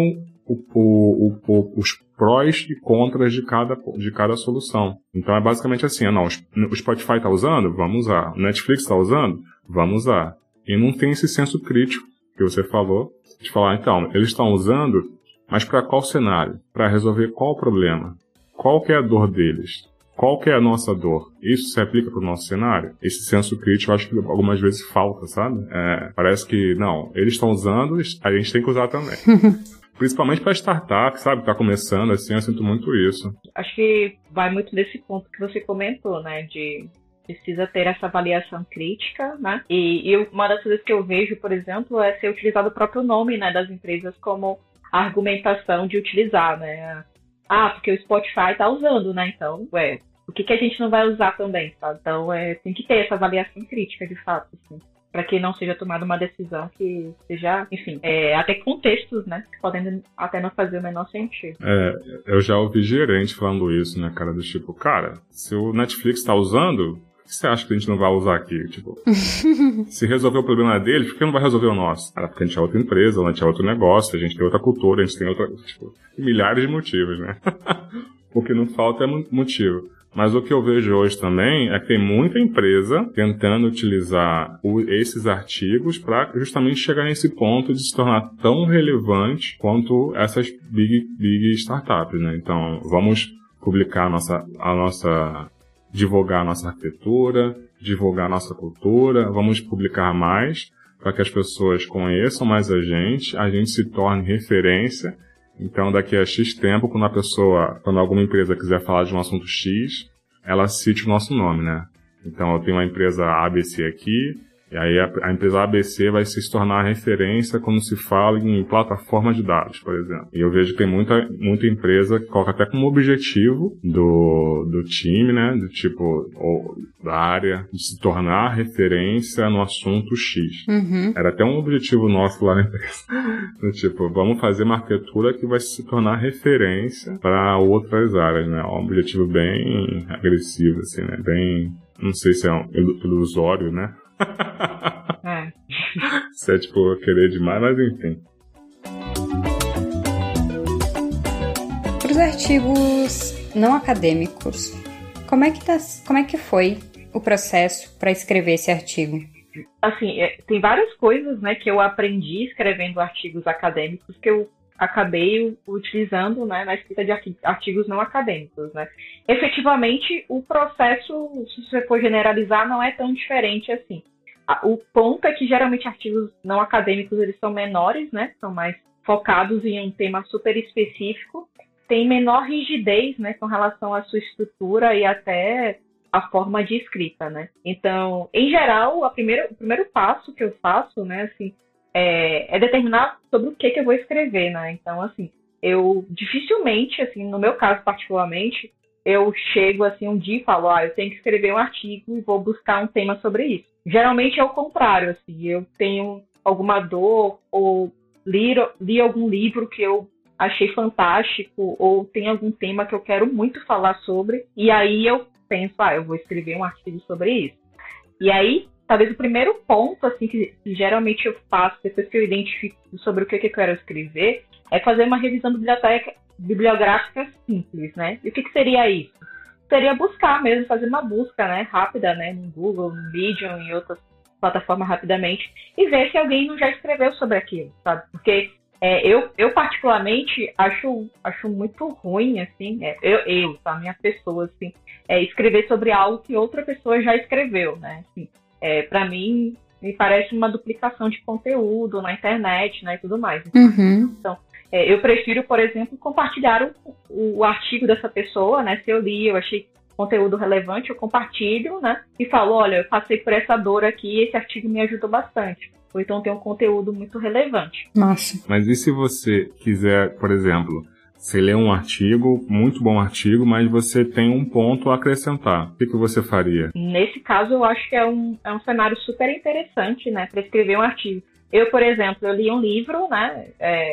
os prós e contras de cada solução. Então é basicamente assim, o Spotify está usando? Vamos usar. O Netflix está usando? Vamos usar. E não tem esse senso crítico que você falou, de falar, então, eles estão usando, mas para qual cenário? Para resolver qual problema? Qual que é a dor deles? Qual que é a nossa dor? Isso se aplica para o nosso cenário? Esse senso crítico, eu acho que algumas vezes falta, sabe? Parece que, não, eles estão usando, a gente tem que usar também. Principalmente para startup, sabe? Tá começando, assim, eu sinto muito isso. Acho que vai muito desse ponto que você comentou, né? De precisa ter essa avaliação crítica, né? E uma das coisas que eu vejo, por exemplo, é ser utilizado o próprio nome, né, das empresas como argumentação de utilizar, né? Porque o Spotify tá usando, né? Então, por que a gente não vai usar também, sabe? Então, tem que ter essa avaliação crítica, de fato, assim, para que não seja tomada uma decisão que seja, enfim, até contextos, né, que podem até não fazer o menor sentido. Eu já ouvi gerente falando isso, né, cara, do tipo, cara, se o Netflix tá usando, por que você acha que a gente não vai usar aqui? Tipo, se resolver o problema dele, por que não vai resolver o nosso? Porque a gente é outra empresa, a gente é outro negócio, a gente tem outra cultura, a gente tem outra, tipo, milhares de motivos, né? O que não falta é motivo. Mas o que eu vejo hoje também é que tem muita empresa tentando utilizar esses artigos para justamente chegar nesse ponto de se tornar tão relevante quanto essas big startups, né? Então, vamos publicar divulgar a nossa arquitetura, divulgar a nossa cultura, vamos publicar mais para que as pessoas conheçam mais a gente se torne referência. Então, daqui a X tempo, quando alguma empresa quiser falar de um assunto X, ela cite o nosso nome, né? Então, eu tenho uma empresa ABC aqui, e aí a empresa ABC vai se tornar referência quando se fala em plataforma de dados, por exemplo. E eu vejo que tem muita empresa que coloca até como objetivo do time, né? Do tipo, ou da área, de se tornar referência no assunto X. Uhum. Era até um objetivo nosso lá na empresa. Do tipo, vamos fazer uma arquitetura que vai se tornar referência para outras áreas, né? É um objetivo bem agressivo, assim, né? Bem, não sei se é ilusório, né? Isso é tipo querer demais, mas enfim. Para os artigos não acadêmicos, como é que foi o processo para escrever esse artigo? Assim, tem várias coisas, né, que eu aprendi escrevendo artigos acadêmicos que eu acabei utilizando, né, na escrita de artigos não acadêmicos, né. Efetivamente, o processo, se você for generalizar, não é tão diferente assim. O ponto é que geralmente artigos não acadêmicos eles são menores, né, são mais focados em um tema super específico, tem menor rigidez, né, com relação à sua estrutura e até a forma de escrita, né. Então, em geral, o primeiro passo que eu faço, né, assim, é determinar sobre o que eu vou escrever, né. Então, assim, eu dificilmente, assim, no meu caso particularmente, eu chego assim um dia e falo, eu tenho que escrever um artigo e vou buscar um tema sobre isso. Geralmente é o contrário, assim, eu tenho alguma dor ou li algum livro que eu achei fantástico ou tem algum tema que eu quero muito falar sobre e aí eu penso, eu vou escrever um artigo sobre isso. E aí, talvez o primeiro ponto, assim, que geralmente eu faço depois que eu identifico sobre o que eu quero escrever é fazer uma revisão bibliográfica simples, né? E o que seria isso? Seria buscar mesmo, fazer uma busca, né, rápida, né, no Google, no Medium e outras plataformas rapidamente e ver se alguém não já escreveu sobre aquilo, sabe? Porque eu particularmente acho muito ruim, assim, a minha pessoa, assim, escrever sobre algo que outra pessoa já escreveu, né? Assim, para mim, me parece uma duplicação de conteúdo na internet, né, e tudo mais. Uhum. Então, eu prefiro, por exemplo, compartilhar o artigo dessa pessoa, né? Se eu li, eu achei conteúdo relevante, eu compartilho, né? E falo, olha, eu passei por essa dor aqui e esse artigo me ajudou bastante. Ou então tem um conteúdo muito relevante. Nossa. Mas e se você quiser, por exemplo, você lê um artigo, muito bom artigo, mas você tem um ponto a acrescentar. O que você faria? Nesse caso, eu acho que é um cenário super interessante, né, para escrever um artigo. Eu, por exemplo, eu li um livro, né,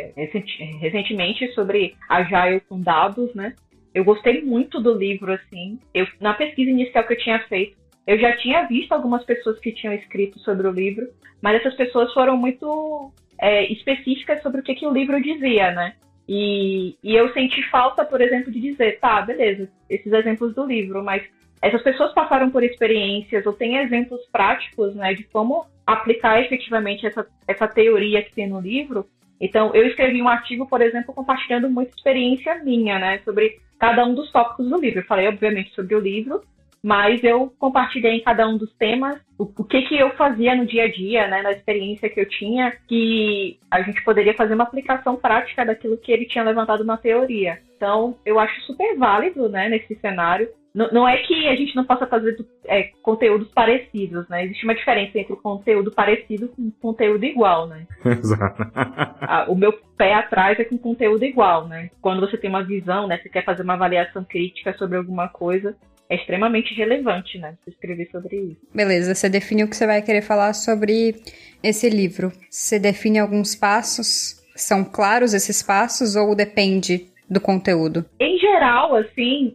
recentemente sobre Agile com dados, né. Eu gostei muito do livro, assim. Na pesquisa inicial que eu tinha feito, eu já tinha visto algumas pessoas que tinham escrito sobre o livro, mas essas pessoas foram muito específicas sobre o que o livro dizia, né. E eu senti falta, por exemplo, de dizer, tá, beleza, esses exemplos do livro, mas essas pessoas passaram por experiências ou têm exemplos práticos, né, de como aplicar efetivamente essa teoria que tem no livro. Então, eu escrevi um artigo, por exemplo, compartilhando muita experiência minha, né, sobre cada um dos tópicos do livro. Eu falei, obviamente, sobre o livro, mas eu compartilhei em cada um dos temas o que eu fazia no dia a dia, né, na experiência que eu tinha, que a gente poderia fazer uma aplicação prática daquilo que ele tinha levantado na teoria. Então, eu acho super válido, né, nesse cenário. Não é que a gente não possa fazer conteúdos parecidos, né? Existe uma diferença entre conteúdo parecido com conteúdo igual, né? Exato. O meu pé atrás é com conteúdo igual, né? Quando você tem uma visão, né? Você quer fazer uma avaliação crítica sobre alguma coisa, é extremamente relevante, né? Você escrever sobre isso. Beleza, você definiu o que você vai querer falar sobre esse livro. Você define alguns passos? São claros esses passos ou depende do conteúdo? Em geral, assim,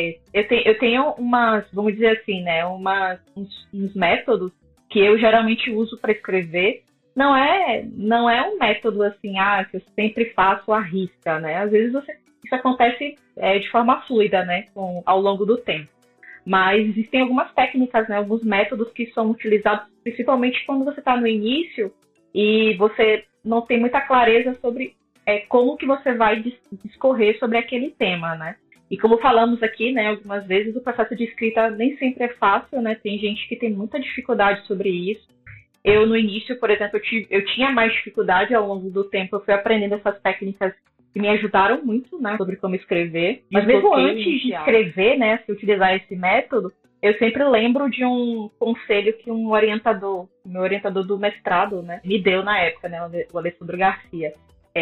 eu tenho umas, vamos dizer assim, né, uns métodos que eu geralmente uso para escrever. Não é um método assim, que eu sempre faço à risca, né? Às vezes isso acontece de forma fluida, né, ao longo do tempo. Mas existem algumas técnicas, né, alguns métodos que são utilizados principalmente quando você está no início e você não tem muita clareza sobre como que você vai discorrer sobre aquele tema, né? E como falamos aqui, né, algumas vezes, o processo de escrita nem sempre é fácil, né? Tem gente que tem muita dificuldade sobre isso. Eu, no início, por exemplo, eu tinha mais dificuldade ao longo do tempo. Eu fui aprendendo essas técnicas que me ajudaram muito, né, sobre como escrever. Mas mesmo antes de escrever, né, se utilizar esse método, eu sempre lembro de um conselho que meu orientador do mestrado, né, me deu na época, né, o Alessandro Garcia.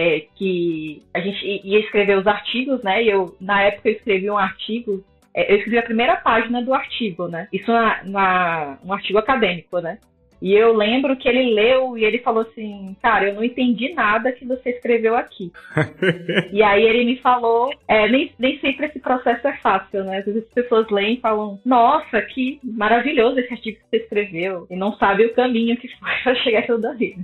Que a gente ia escrever os artigos, né? E na época, eu escrevi um artigo. Eu escrevi a primeira página do artigo, né? Isso um artigo acadêmico, né? E eu lembro que ele leu e ele falou assim, cara, eu não entendi nada que você escreveu aqui. E aí ele me falou, nem sempre esse processo é fácil, né? Às vezes as pessoas leem e falam, nossa, que maravilhoso esse artigo que você escreveu. E não sabe o caminho que foi para chegar tudo ali.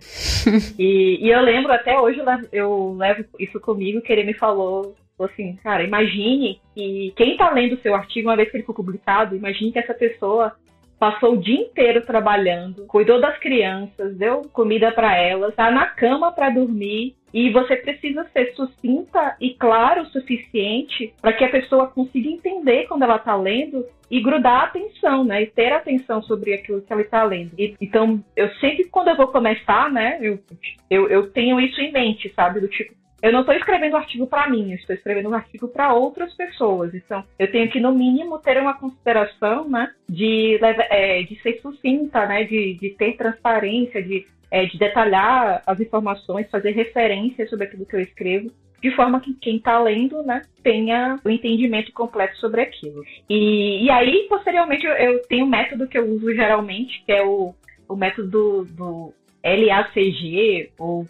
E eu lembro, até hoje, eu levo isso comigo, que ele me falou assim, cara, imagine que quem tá lendo o seu artigo, uma vez que ele for publicado, imagine que essa pessoa passou o dia inteiro trabalhando, cuidou das crianças, deu comida para elas, tá na cama para dormir e você precisa ser sucinta e clara o suficiente para que a pessoa consiga entender quando ela está lendo e grudar a atenção, né? E ter atenção sobre aquilo que ela está lendo. Então, eu sempre, quando eu vou começar, né? Eu tenho isso em mente, sabe? Do tipo, eu não estou escrevendo um artigo para mim, eu estou escrevendo um artigo para outras pessoas. Então, eu tenho que, no mínimo, ter uma consideração, né, de ser sucinta, né, de ter transparência, de detalhar as informações, fazer referências sobre aquilo que eu escrevo, de forma que quem está lendo, né, tenha o entendimento completo sobre aquilo. E aí, posteriormente, eu tenho um método que eu uso geralmente, que é o método do LACG, ou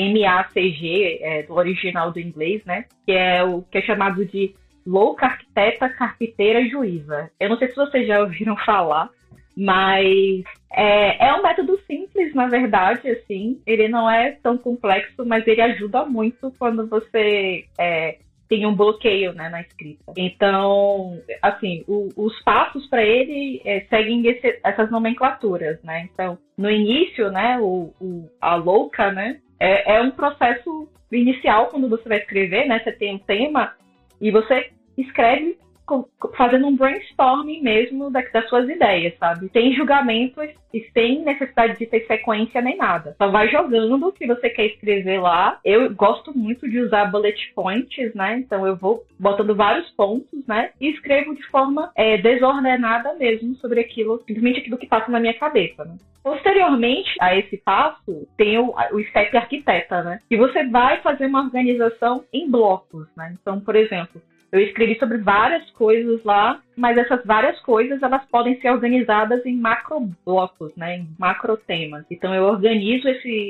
MACG, do original do inglês, né? Que é o que é chamado de louca, arquiteta, carpinteira, juíza. Eu não sei se vocês já ouviram falar, mas é um método simples, na verdade, assim. Ele não é tão complexo, mas ele ajuda muito quando você tem um bloqueio, né, na escrita. Então, assim, os passos para ele seguem essas nomenclaturas, né? Então, no início, né, a louca, né, é um processo inicial quando você vai escrever, né? Você tem um tema e você escreve fazendo um brainstorming mesmo das suas ideias, sabe? Sem julgamentos e sem necessidade de ter sequência nem nada. Só vai jogando o que você quer escrever lá. Eu gosto muito de usar bullet points, né? Então eu vou botando vários pontos, né? E escrevo de forma desordenada mesmo sobre aquilo, simplesmente aquilo que passa na minha cabeça, né? Posteriormente a esse passo, tem o step arquiteta, né? E você vai fazer uma organização em blocos, né? Então, por exemplo, eu escrevi sobre várias coisas lá, mas essas várias coisas, elas podem ser organizadas em macroblocos, né? Em macrotemas. Então, eu organizo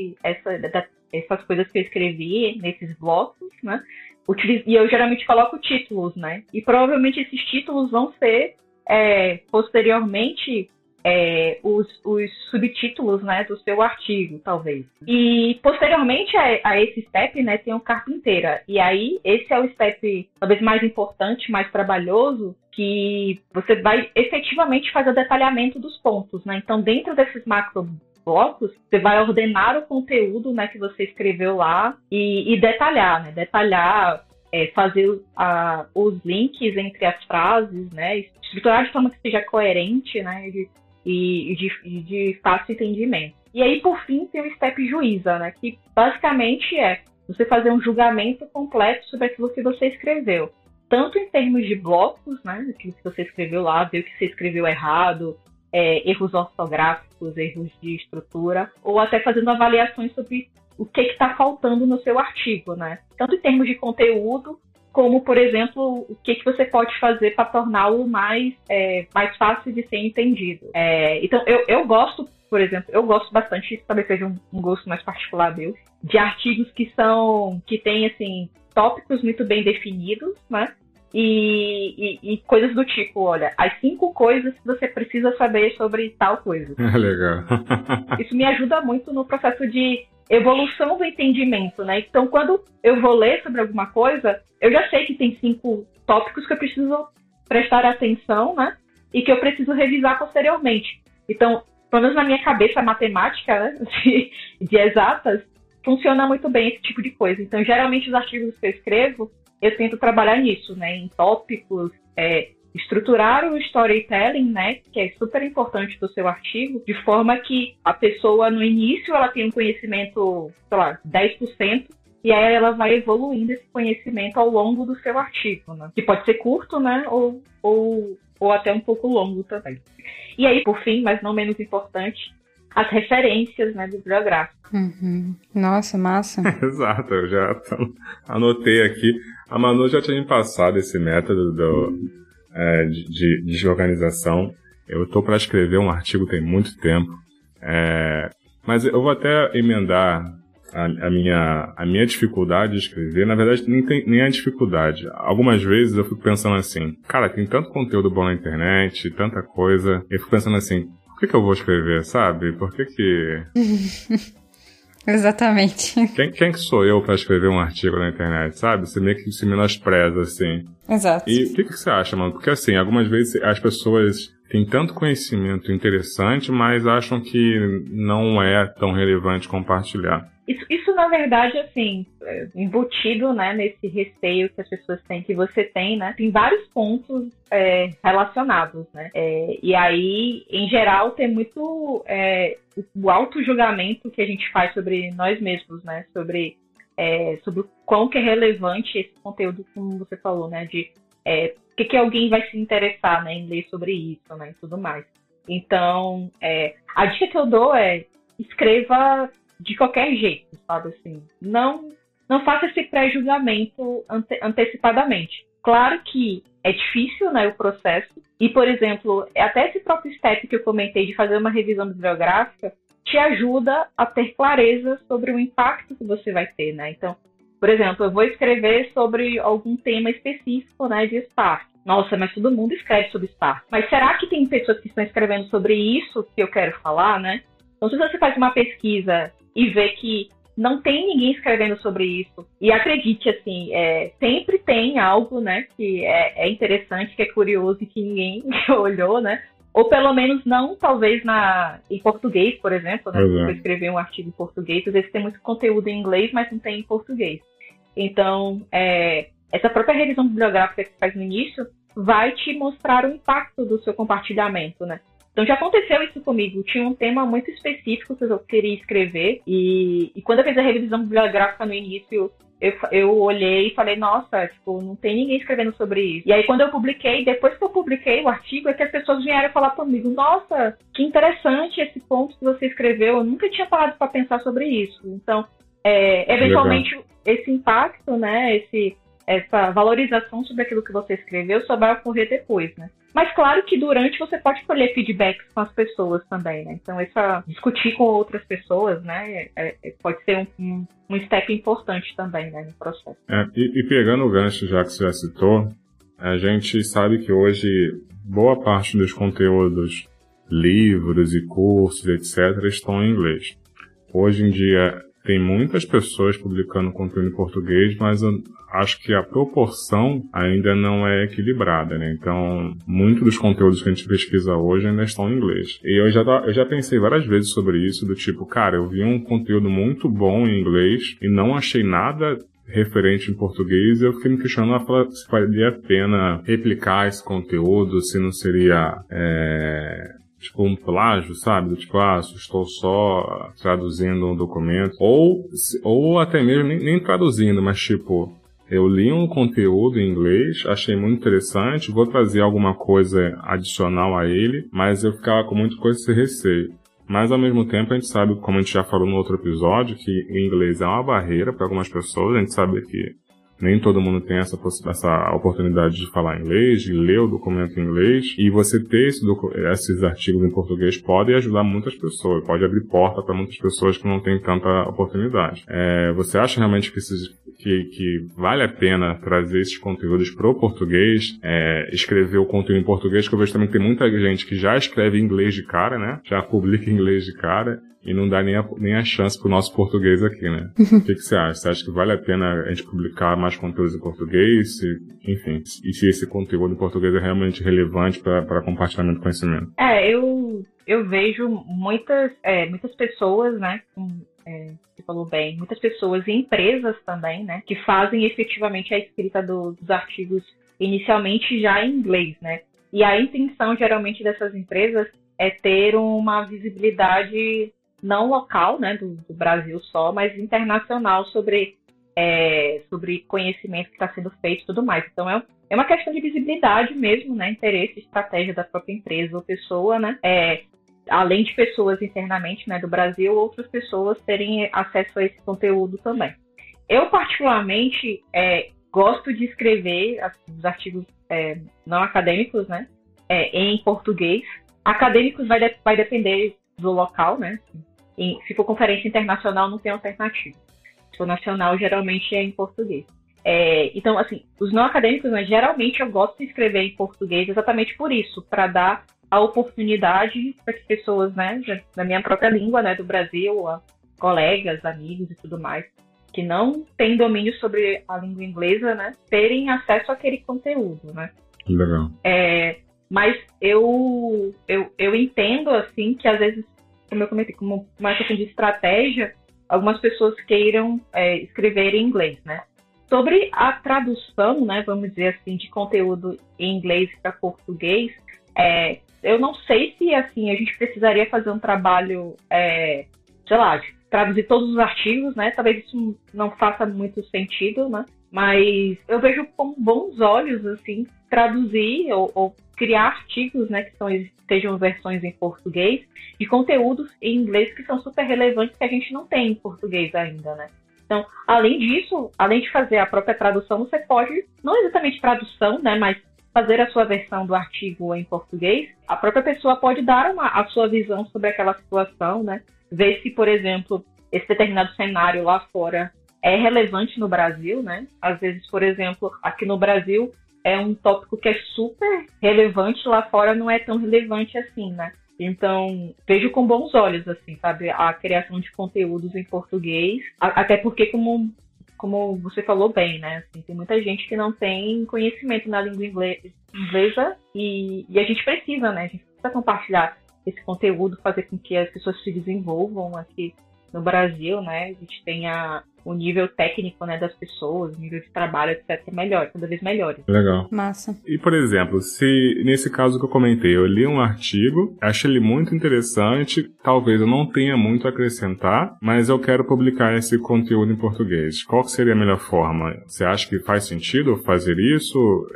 essas coisas que eu escrevi nesses blocos, né? E eu geralmente coloco títulos, né? E provavelmente esses títulos vão ser, posteriormente, os subtítulos, né, do seu artigo, talvez. E posteriormente a esse step, né, tem o carpinteira. E aí, esse é o step talvez mais importante, mais trabalhoso, que você vai efetivamente fazer o detalhamento dos pontos, né? Então, dentro desses macroblocos, você vai ordenar o conteúdo, né, que você escreveu lá e detalhar, né? Detalhar, fazer os links entre as frases, né? Estruturar de forma que seja coerente, né? E de fácil entendimento. E aí, por fim, tem o step juíza, né? Que basicamente é você fazer um julgamento completo sobre aquilo que você escreveu. Tanto em termos de blocos, né? Aquilo que você escreveu lá, ver o que você escreveu errado, erros ortográficos, erros de estrutura, ou até fazendo avaliações sobre o que está faltando no seu artigo, né? Tanto em termos de conteúdo, como, por exemplo, o que você pode fazer para torná-lo mais fácil de ser entendido. Então, eu gosto, por exemplo, bastante, isso talvez seja um gosto mais particular meu, de artigos que têm, assim, tópicos muito bem definidos, né? E coisas do tipo, olha, as 5 coisas que você precisa saber sobre tal coisa. Legal. Isso me ajuda muito no processo de evolução do entendimento, né? Então, quando eu vou ler sobre alguma coisa, eu já sei que tem 5 tópicos que eu preciso prestar atenção, né? E que eu preciso revisar posteriormente. Então, pelo menos na minha cabeça, a matemática, né? de exatas, funciona muito bem esse tipo de coisa. Então, geralmente, os artigos que eu escrevo, eu tento trabalhar nisso, né? Em tópicos, estruturar o storytelling, né, que é super importante do seu artigo, de forma que a pessoa, no início, ela tem um conhecimento, sei lá, 10%, e aí ela vai evoluindo esse conhecimento ao longo do seu artigo, né? Que pode ser curto, né, ou até um pouco longo também. E aí, por fim, mas não menos importante, as referências, né, bibliográficas. Uhum. Nossa, massa. Exato, eu já anotei aqui. A Manu já tinha me passado esse método de organização. Eu estou para escrever um artigo tem muito tempo, mas eu vou até emendar a minha dificuldade de escrever. Na verdade, não tem nem a dificuldade. Algumas vezes eu fico pensando assim, cara, tem tanto conteúdo bom na internet, tanta coisa. Eu fico pensando assim, por que eu vou escrever, sabe? Por que Exatamente. Quem que sou eu para escrever um artigo na internet, sabe? Você meio que se menospreza, assim. Exato. E o que você acha, mano? Porque, assim, algumas vezes as pessoas têm tanto conhecimento interessante, mas acham que não é tão relevante compartilhar. Isso, na verdade, assim, embutido, né, nesse receio que as pessoas têm, que você tem, né, tem vários pontos relacionados, né, e aí, em geral, tem muito o auto-julgamento que a gente faz sobre nós mesmos, né, sobre o quão que é relevante esse conteúdo, como você falou, né, de que alguém vai se interessar, né, em ler sobre isso, né, e tudo mais. Então, a dica que eu dou é escreva de qualquer jeito, sabe, assim, não faça esse pré-julgamento antecipadamente. Claro que é difícil, né, o processo, e, por exemplo, até esse próprio step que eu comentei de fazer uma revisão bibliográfica te ajuda a ter clareza sobre o impacto que você vai ter, né, então, por exemplo, eu vou escrever sobre algum tema específico, né, de Spark. Nossa, mas todo mundo escreve sobre Spark. Mas será que tem pessoas que estão escrevendo sobre isso que eu quero falar, né? Então, se você faz uma pesquisa e vê que não tem ninguém escrevendo sobre isso, e acredite, assim, sempre tem algo, né, que é interessante, que é curioso e que ninguém olhou, né? Ou pelo menos não, talvez, em português, por exemplo, né? Se você escrever um artigo em português, às vezes tem muito conteúdo em inglês, mas não tem em português. Então, essa própria revisão bibliográfica que você faz no início vai te mostrar o impacto do seu compartilhamento, né? Então já aconteceu isso comigo. Tinha um tema muito específico que eu queria escrever e quando eu fiz a revisão bibliográfica no início, eu olhei e falei, nossa, tipo, não tem ninguém escrevendo sobre isso. E aí quando eu publiquei, depois que eu publiquei o artigo, é que as pessoas vieram falar comigo, nossa, que interessante esse ponto que você escreveu, eu nunca tinha parado para pensar sobre isso. Então, eventualmente, esse impacto, né, essa valorização sobre aquilo que você escreveu só vai ocorrer depois, né? Mas claro que durante você pode colher feedbacks com as pessoas também, né? Então, discutir com outras pessoas, né, pode ser um step importante também, né, no processo. E pegando o gancho já que você já citou, a gente sabe que hoje boa parte dos conteúdos, livros e cursos, etc., estão em inglês. Hoje em dia tem muitas pessoas publicando conteúdo em português, mas eu acho que a proporção ainda não é equilibrada, né? Então, muitos dos conteúdos que a gente pesquisa hoje ainda estão em inglês. E eu já pensei várias vezes sobre isso, do tipo, cara, eu vi um conteúdo muito bom em inglês e não achei nada referente em português, eu fiquei me questionando se valia a pena replicar esse conteúdo, se não seria tipo um plágio, sabe? Tipo, estou só traduzindo um documento. Ou até mesmo nem traduzindo, mas tipo, eu li um conteúdo em inglês, achei muito interessante, vou trazer alguma coisa adicional a ele, mas eu ficava com muita coisa de receio. Mas, ao mesmo tempo, a gente sabe, como a gente já falou no outro episódio, que o inglês é uma barreira para algumas pessoas. A gente sabe que nem todo mundo tem essa oportunidade de falar inglês, de ler o documento em inglês. E você ter esses artigos em português pode ajudar muitas pessoas, pode abrir porta para muitas pessoas que não têm tanta oportunidade. Você acha realmente que vale a pena trazer esses conteúdos para o português, escrever o conteúdo em português? Que eu vejo também que tem muita gente que já escreve em inglês de cara, né? Já publica em inglês de cara. E não dá nem a chance pro nosso português aqui, né? O que você acha? Você acha que vale a pena a gente publicar mais conteúdos em português? Enfim, e se esse conteúdo em português é realmente relevante para compartilhamento de conhecimento? Eu vejo muitas pessoas, né? Você falou bem, muitas pessoas e empresas também, né? Que fazem efetivamente a escrita dos artigos inicialmente já em inglês, né? E a intenção, geralmente, dessas empresas é ter uma visibilidade não local, né, do Brasil só, mas internacional sobre conhecimento que está sendo feito e tudo mais. Então, é uma questão de visibilidade mesmo, né, interesse, estratégia da própria empresa ou pessoa, né, além de pessoas internamente, né, do Brasil, outras pessoas terem acesso a esse conteúdo também. Eu, particularmente, gosto de escrever os artigos não acadêmicos, né, em português. Acadêmicos vai depender do local, né? Se for conferência internacional, não tem alternativa. Se for nacional, geralmente é em português. Então, assim, os não acadêmicos, né, geralmente eu gosto de escrever em português exatamente por isso, para dar a oportunidade para que pessoas, né, da minha própria língua, né, do Brasil, colegas, amigos e tudo mais, que não têm domínio sobre a língua inglesa, né, terem acesso àquele conteúdo, né? Legal. Mas eu entendo, assim, que às vezes, como eu comentei, como uma questão de estratégia, algumas pessoas queiram escrever em inglês, né? Sobre a tradução, né, vamos dizer assim, de conteúdo em inglês para português, eu não sei se, assim, a gente precisaria fazer um trabalho, sei lá, de traduzir todos os artigos, né? Talvez isso não faça muito sentido, né? Mas eu vejo com bons olhos, assim, traduzir ou criar artigos, né, que sejam versões em português de conteúdos em inglês que são super relevantes que a gente não tem em português ainda, né? Então, além disso, além de fazer a própria tradução, você pode, não exatamente tradução, né, mas fazer a sua versão do artigo em português. A própria pessoa pode dar a sua visão sobre aquela situação, né? Ver se, por exemplo, esse determinado cenário lá fora é relevante no Brasil, né? Às vezes, por exemplo, aqui no Brasil é um tópico que é super relevante, lá fora não é tão relevante assim, né? Então, vejo com bons olhos, assim, sabe? A criação de conteúdos em português, até porque, como você falou bem, né? Assim, tem muita gente que não tem conhecimento na língua inglesa e a gente precisa, né? A gente precisa compartilhar esse conteúdo, fazer com que as pessoas se desenvolvam aqui no Brasil, né, a gente tenha o nível técnico, né, das pessoas, o nível de trabalho, etc, melhor, cada vez melhor. Legal. Massa. E, por exemplo, se nesse caso que eu comentei, eu li um artigo, achei ele muito interessante, talvez eu não tenha muito a acrescentar, mas eu quero publicar esse conteúdo em português. Qual seria a melhor forma? Você acha que faz sentido fazer isso?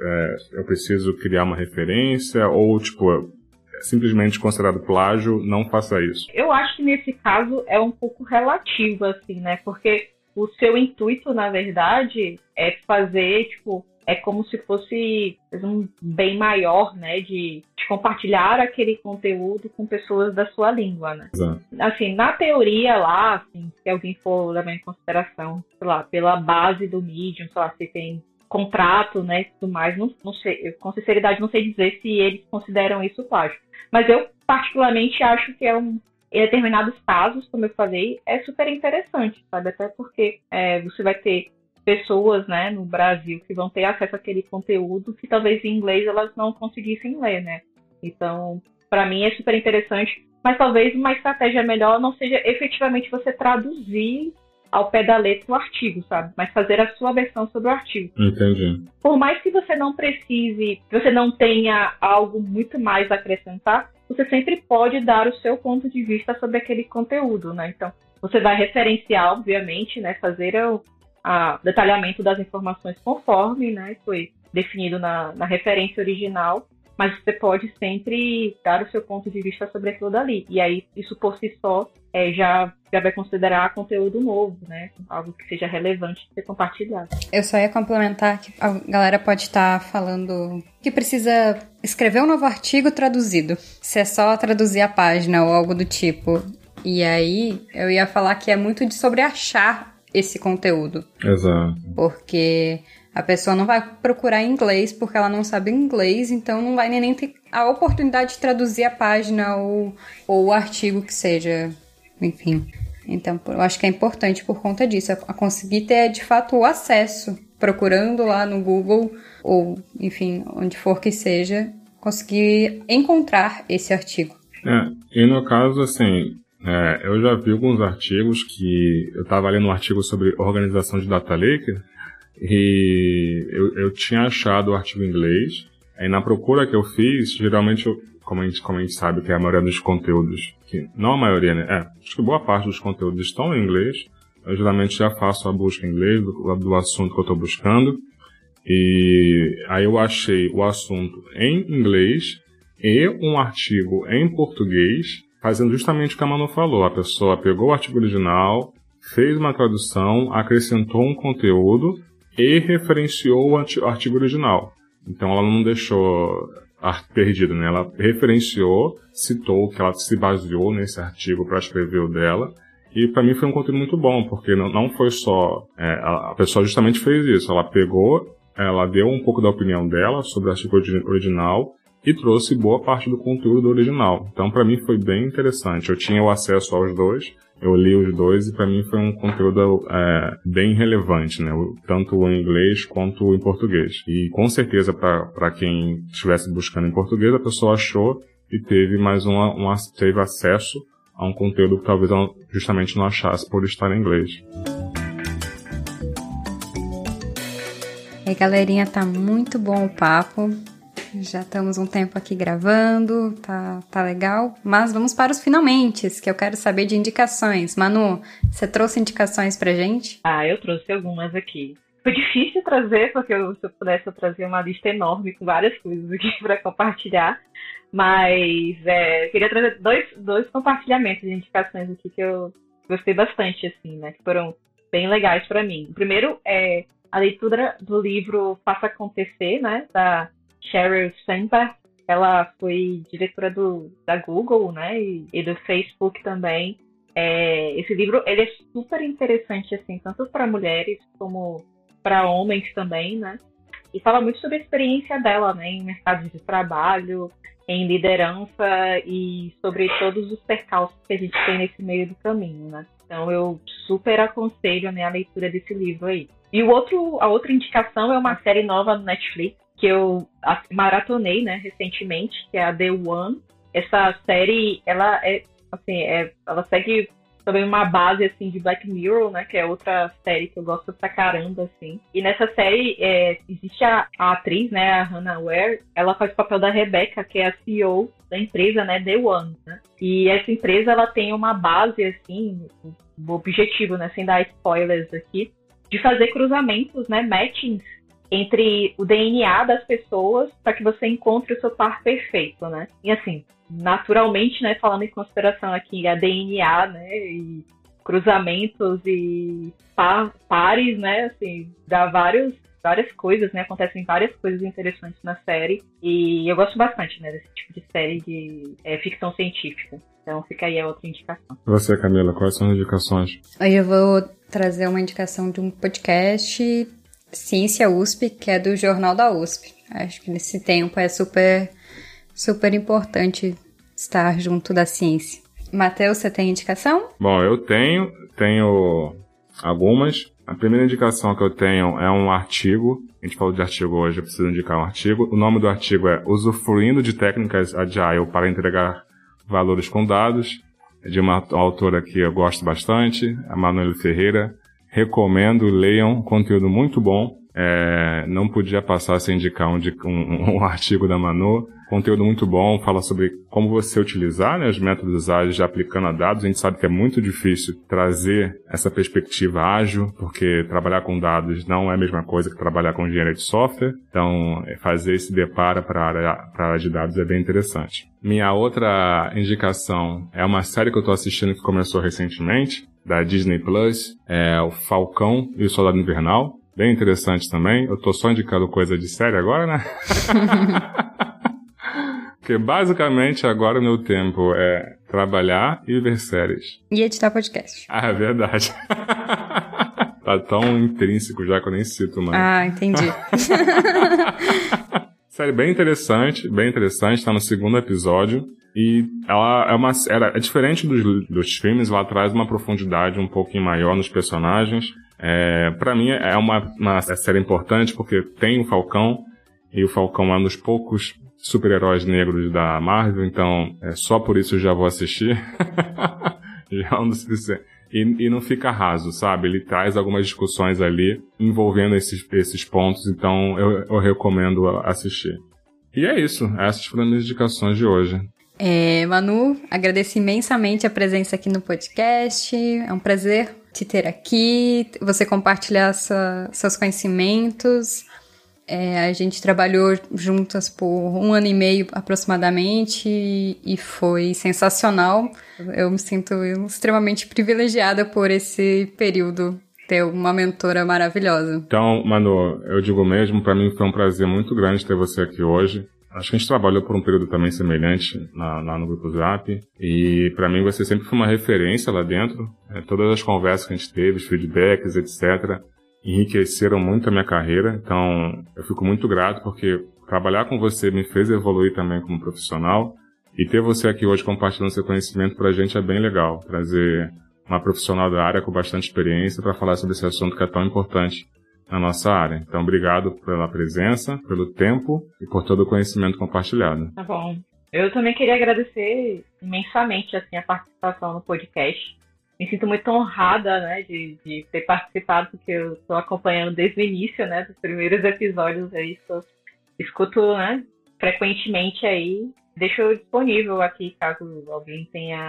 Eu preciso criar uma referência? Ou, tipo, simplesmente considerado plágio, não faça isso? Eu acho que nesse caso é um pouco relativo, assim, né? Porque o seu intuito, na verdade, é fazer, tipo, é como se fosse um bem maior, né? De compartilhar aquele conteúdo com pessoas da sua língua, né? Exato. Assim, na teoria lá, assim, se alguém for levar em consideração, sei lá, pela base do Medium, sei lá, se tem contrato, né, e tudo mais, não sei, eu, com sinceridade não sei dizer se eles consideram isso plágio. Mas eu, particularmente, acho que em determinados casos, como eu falei, é super interessante, sabe? Até porque você vai ter pessoas, né, no Brasil que vão ter acesso àquele conteúdo que talvez em inglês elas não conseguissem ler, né? Então, para mim é super interessante, mas talvez uma estratégia melhor não seja efetivamente você traduzir ao pé da letra o artigo, sabe? Mas fazer a sua versão sobre o artigo. Entendi. Por mais que você não precise, que você não tenha algo muito mais a acrescentar, você sempre pode dar o seu ponto de vista sobre aquele conteúdo, né? Então, você vai referenciar, obviamente, né? Fazer o detalhamento das informações conforme, né? Foi definido na referência original, mas você pode sempre dar o seu ponto de vista sobre aquilo dali. E aí, isso por si só já vai considerar conteúdo novo, né? Algo que seja relevante de ser compartilhado. Eu só ia complementar que a galera pode estar falando que precisa escrever um novo artigo traduzido. Se é só traduzir a página ou algo do tipo. E aí, eu ia falar que é muito sobre achar esse conteúdo. Exato. Porque a pessoa não vai procurar em inglês porque ela não sabe inglês, então não vai nem ter a oportunidade de traduzir a página ou o artigo que seja, enfim. Então, eu acho que é importante por conta disso, a conseguir ter, de fato, o acesso, procurando lá no Google ou, enfim, onde for que seja, conseguir encontrar esse artigo. E no caso, assim, eu já vi alguns artigos que eu estava lendo um artigo sobre organização de data lake e eu tinha achado o artigo em inglês. Aí na procura que eu fiz, geralmente, como a gente sabe que a maioria dos conteúdos, que não a maioria, né? Acho que boa parte dos conteúdos estão em inglês. Eu geralmente já faço a busca em inglês do assunto que eu estou buscando. E aí eu achei o assunto em inglês e um artigo em português, fazendo justamente o que a Manu falou. A pessoa pegou o artigo original, fez uma tradução, acrescentou um conteúdo e referenciou o artigo original. Então ela não deixou perdido, né? Ela referenciou, citou que ela se baseou nesse artigo para escrever o dela. E para mim foi um conteúdo muito bom, porque não foi só... a pessoa justamente fez isso. Ela pegou, ela deu um pouco da opinião dela sobre o artigo original e trouxe boa parte do conteúdo do original. Então para mim foi bem interessante. Eu tinha o acesso aos dois, eu li os dois e para mim foi um conteúdo bem relevante, né? Tanto em inglês quanto em português. E com certeza para quem estivesse buscando em português, a pessoa achou e teve mais teve acesso a um conteúdo que talvez ela justamente não achasse por estar em inglês. E galerinha, tá muito bom o papo. Já estamos um tempo aqui gravando, tá legal. Mas vamos para os finalmentes, que eu quero saber de indicações. Manu, você trouxe indicações pra gente? Eu trouxe algumas aqui. Foi difícil trazer, porque se eu pudesse eu trazia uma lista enorme com várias coisas aqui para compartilhar. Mas queria trazer dois compartilhamentos de indicações aqui que eu gostei bastante, assim, né? Que foram bem legais para mim. O primeiro é a leitura do livro Faça Acontecer, né? Da Sheryl Sandberg. Ela foi diretora da Google, né? E do Facebook também. Esse livro ele é super interessante, assim, tanto para mulheres como para homens também, né? E fala muito sobre a experiência dela, né? Em mercados de trabalho, em liderança e sobre todos os percalços que a gente tem nesse meio do caminho, né? Então eu super aconselho a leitura desse livro aí. E a outra indicação é uma série nova no Netflix que eu maratonei, né, recentemente, que é a The One. Essa série, ela ela segue também uma base, assim, de Black Mirror, né? Que é outra série que eu gosto pra caramba, assim. E nessa série, existe a atriz, né? A Hannah Ware. Ela faz o papel da Rebecca, que é a CEO da empresa, né? The One, né? E essa empresa, ela tem uma base, assim, o objetivo, né? Sem dar spoilers aqui, de fazer cruzamentos, né? Matchings entre o DNA das pessoas para que você encontre o seu par perfeito, né? E assim, naturalmente, né, falando em consideração aqui a DNA, né, e cruzamentos e pares, né, assim, dá várias coisas, né, acontecem várias coisas interessantes na série e eu gosto bastante, né, desse tipo de série de ficção científica. Então fica aí a outra indicação. E você, Camila, quais são as indicações? Hoje eu vou trazer uma indicação de um podcast Ciência USP, que é do Jornal da USP. Acho que nesse tempo é super, super importante estar junto da ciência. Matheus, você tem indicação? Bom, eu tenho algumas. A primeira indicação que eu tenho é um artigo. A gente falou de artigo hoje, eu preciso indicar um artigo. O nome do artigo é Usufruindo de Técnicas Agile para Entregar Valores com Dados. É de uma autora que eu gosto bastante, a Manuela Ferreira. Recomendo, leiam, conteúdo muito bom. Não podia passar sem indicar um artigo da Manu. Conteúdo muito bom, fala sobre como você utilizar, né, os métodos ágeis aplicando a dados. A gente sabe que é muito difícil trazer essa perspectiva ágil, porque trabalhar com dados não é a mesma coisa que trabalhar com engenharia de software. Então, fazer esse deparo para a área de dados é bem interessante. Minha outra indicação é uma série que eu estou assistindo que começou recentemente, da Disney Plus, é o Falcão e o Soldado Invernal. Bem interessante também. Eu tô só indicando coisa de série agora, né? Porque basicamente agora o meu tempo é trabalhar e ver séries. E editar podcast. Ah, é verdade. Tá tão intrínseco já que eu nem cito mais. Ah, entendi. Série bem interessante, tá no segundo episódio. E ela é diferente dos filmes, ela traz uma profundidade um pouquinho maior nos personagens. Pra mim é uma série importante porque tem o Falcão, e o Falcão é um dos poucos super-heróis negros da Marvel, então só por isso eu já vou assistir. Já é um dos suficiente. E não fica raso, sabe? Ele traz algumas discussões ali envolvendo esses pontos, então eu recomendo assistir. E é isso, essas foram as minhas indicações de hoje. Manu, agradeço imensamente a presença aqui no podcast. É um prazer te ter aqui, você compartilhar seus conhecimentos. A gente trabalhou juntas por 1 ano e meio aproximadamente e foi sensacional. Eu me sinto extremamente privilegiada por esse período, ter uma mentora maravilhosa. Então, Manu, eu digo mesmo, para mim foi um prazer muito grande ter você aqui hoje. Acho que a gente trabalhou por um período também semelhante lá no Grupo Zap. E para mim você sempre foi uma referência lá dentro. Todas as conversas que a gente teve, os feedbacks, etc., enriqueceram muito a minha carreira. Então eu fico muito grato porque trabalhar com você me fez evoluir também como profissional. E ter você aqui hoje compartilhando seu conhecimento pra gente é bem legal. Trazer uma profissional da área com bastante experiência para falar sobre esse assunto que é tão importante na nossa área. Então, obrigado pela presença, pelo tempo e por todo o conhecimento compartilhado. Tá bom. Eu também queria agradecer imensamente assim, a participação no podcast. Me sinto muito honrada, né, de ter participado, porque eu estou acompanhando desde o início, né, dos primeiros episódios aí. Escuto, né, frequentemente aí. Deixo disponível aqui, caso alguém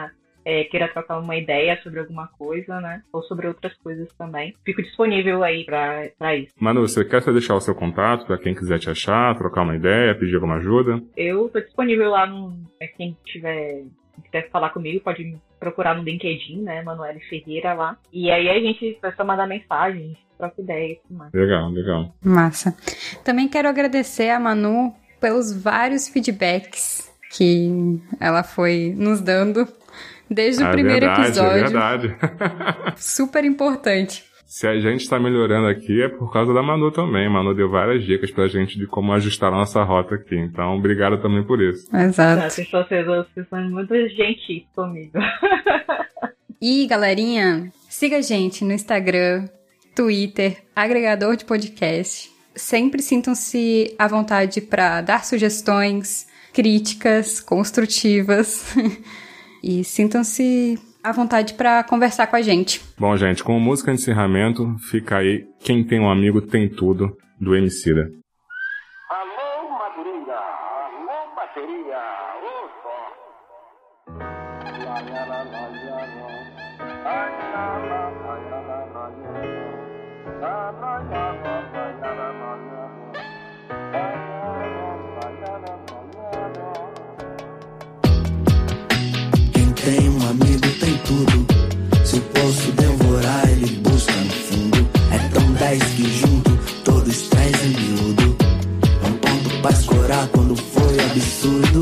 queira trocar uma ideia sobre alguma coisa, né? Ou sobre outras coisas também. Fico disponível aí pra isso. Manu, você quer deixar o seu contato para quem quiser te achar, trocar uma ideia, pedir alguma ajuda? Eu tô disponível lá quem quiser falar comigo, pode me procurar no LinkedIn, né? Manuela Ferreira lá. E aí a gente vai só mandar mensagem, a gente troca ideia e tudo mais. Legal. Massa. Também quero agradecer a Manu pelos vários feedbacks que ela foi nos dando desde o primeiro episódio. É verdade. Super importante. Se a gente está melhorando aqui é por causa da Manu também. A Manu deu várias dicas pra gente de como ajustar a nossa rota aqui. Então, obrigado também por isso. Exato. Vocês são muito gentis comigo. E, galerinha, siga a gente no Instagram, Twitter, agregador de podcast. Sempre sintam-se à vontade para dar sugestões, críticas construtivas e sintam-se à vontade para conversar com a gente. Bom, gente, com música de encerramento, fica aí Quem Tem um Amigo Tem Tudo, do Emicida. Alô, Madureira! Alô, bateria! Ô, só! Quem tem um amigo tem tudo. Se o poço devorar, ele busca no fundo. É tão 10 que junto todos trazem miúdo. É um ponto pra escorar quando foi absurdo.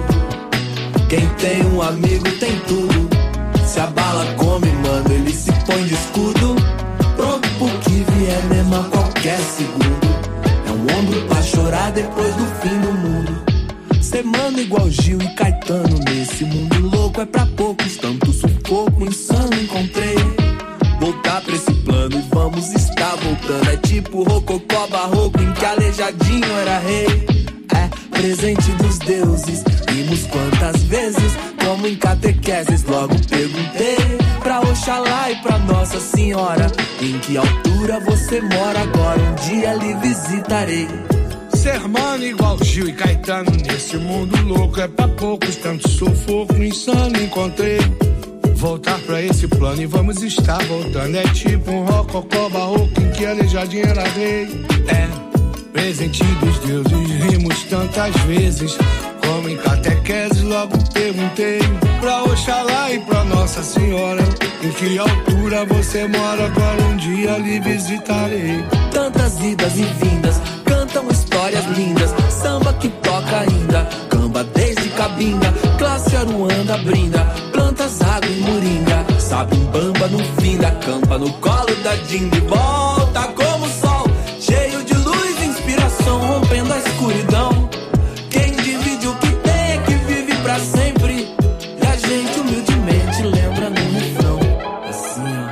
Quem tem um amigo tem tudo. Se a bala come, mano, ele se põe de escudo. Pronto pro que vier mesmo a qualquer segundo. É um ombro pra chorar depois do fim do mundo. Ser mano igual Gil e Caetano. Nesse mundo louco é pra poucos. Tanto sufoco insano encontrei. Voltar pra esse plano e vamos estar voltando. É tipo rococó barroco em que Aleijadinho era rei. É presente dos deuses. Vimos quantas vezes, como em catequeses. Logo perguntei pra Oxalá e pra Nossa Senhora: em que altura você mora agora? Um dia lhe visitarei. Ser mano igual Gil e Caetano. Nesse mundo louco é pra poucos. Tanto sufoco insano encontrei. Voltar pra esse plano e vamos estar voltando. É tipo um rococó barroco em que Aleijadinho era rei. É presente dos deuses. Rimos tantas vezes, como em catequeses. Logo perguntei pra Oxalá e pra Nossa Senhora: em que altura você mora agora? Um dia lhe visitarei. Tantas idas e vindas, cantam histórias lindas. Samba que toca ainda, camba desde Cabinda. Classe Aruanda brinda, plantas, água e moringa. Sabe bamba no fim da campa, no colo da Dinda. E volta como o sol, cheio de luz e inspiração, rompendo a escuridão. Quem divide o que tem é que vive pra sempre. E a gente humildemente lembra no refrão, assim ó: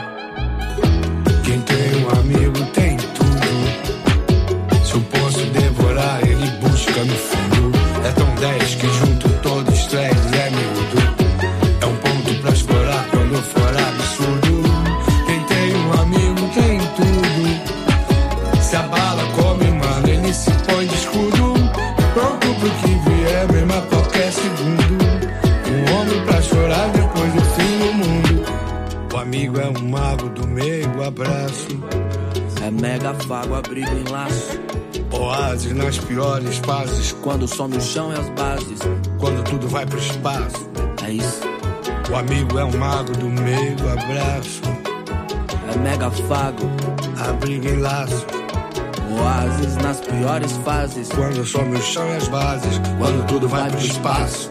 quem tem um amigo tem tudo. Se o poço devorar, ele busca no fundo. É tão 10 que junto todos traz é miúdo. É um ponto pra explorar quando for absurdo. Quem tem um amigo tem tudo. Se a bala come, mano, ele se põe de escudo. Pronto pro que vier, mesmo a qualquer segundo. Um homem pra chorar depois do fim do mundo. O amigo é um mago do meio abraço. é mega vago, abrigo em laço. Oásis nas piores fases. Quando só no chão e as bases. Quando tudo vai pro espaço. É isso. O amigo é um mago do meio abraço. É mega vago, abrigo em laço. Oásis nas piores fases. Quando só no chão e as bases. Quando tudo vai pro espaço.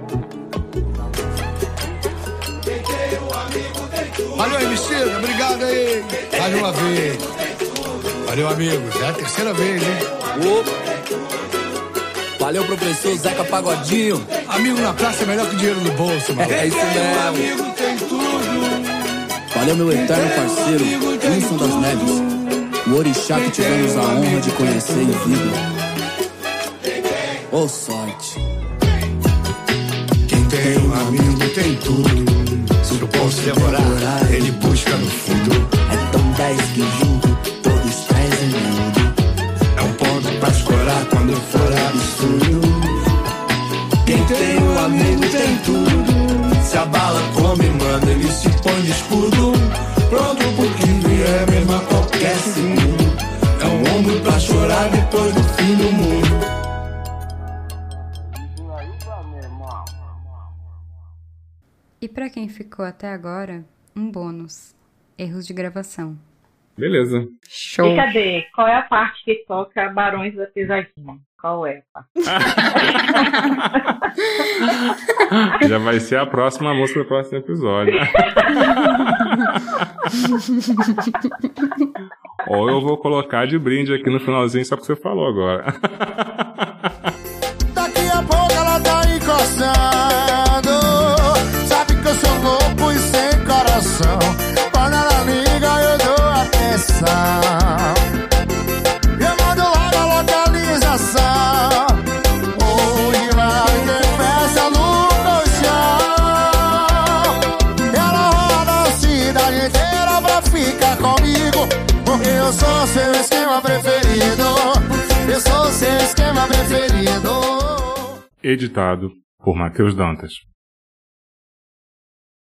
Valeu, Emicida, obrigado aí. Mais uma vez. Valeu, amigos. É a terceira vez, hein? Opa. Valeu, professor Zeca Pagodinho. Amigo na praça é melhor que dinheiro no bolso, mano. É isso mesmo. Amigo tem tudo. Valeu, meu eterno parceiro, Wilson das Neves. O orixá que tivemos a honra de conhecer em vida. Ô, sorte. Quem tem um amigo tem tudo. Se eu posso devorar, ele busca no fundo. É tão 10 que junto todos trazem miúdo. É um ponto pra escorar quando for absurdo. Quem tem um amigo tem tudo. Se a bala come, mano, ele se põe de escudo. Pronto pro que vier, mesmo a qualquer segundo. É um ombro pra chorar depois do fim do mundo. E pra quem ficou até agora, um bônus: erros de gravação. Beleza. Show. E cadê? Qual é a parte que toca Barões da Pisadinha? Qual é a parte? Já vai ser a próxima música do próximo episódio. Ou eu vou colocar de brinde aqui no finalzinho só porque você falou agora. Daqui a pouco ela tá encostando. Sabe que eu sou louco e sem coração. Quando ela liga eu dou atenção. Eu mando logo a localização. Onde vai ter festa no colchão. Ela Eu sou seu esquema preferido. Eu sou seu esquema preferido. Editado por Matheus Dantas.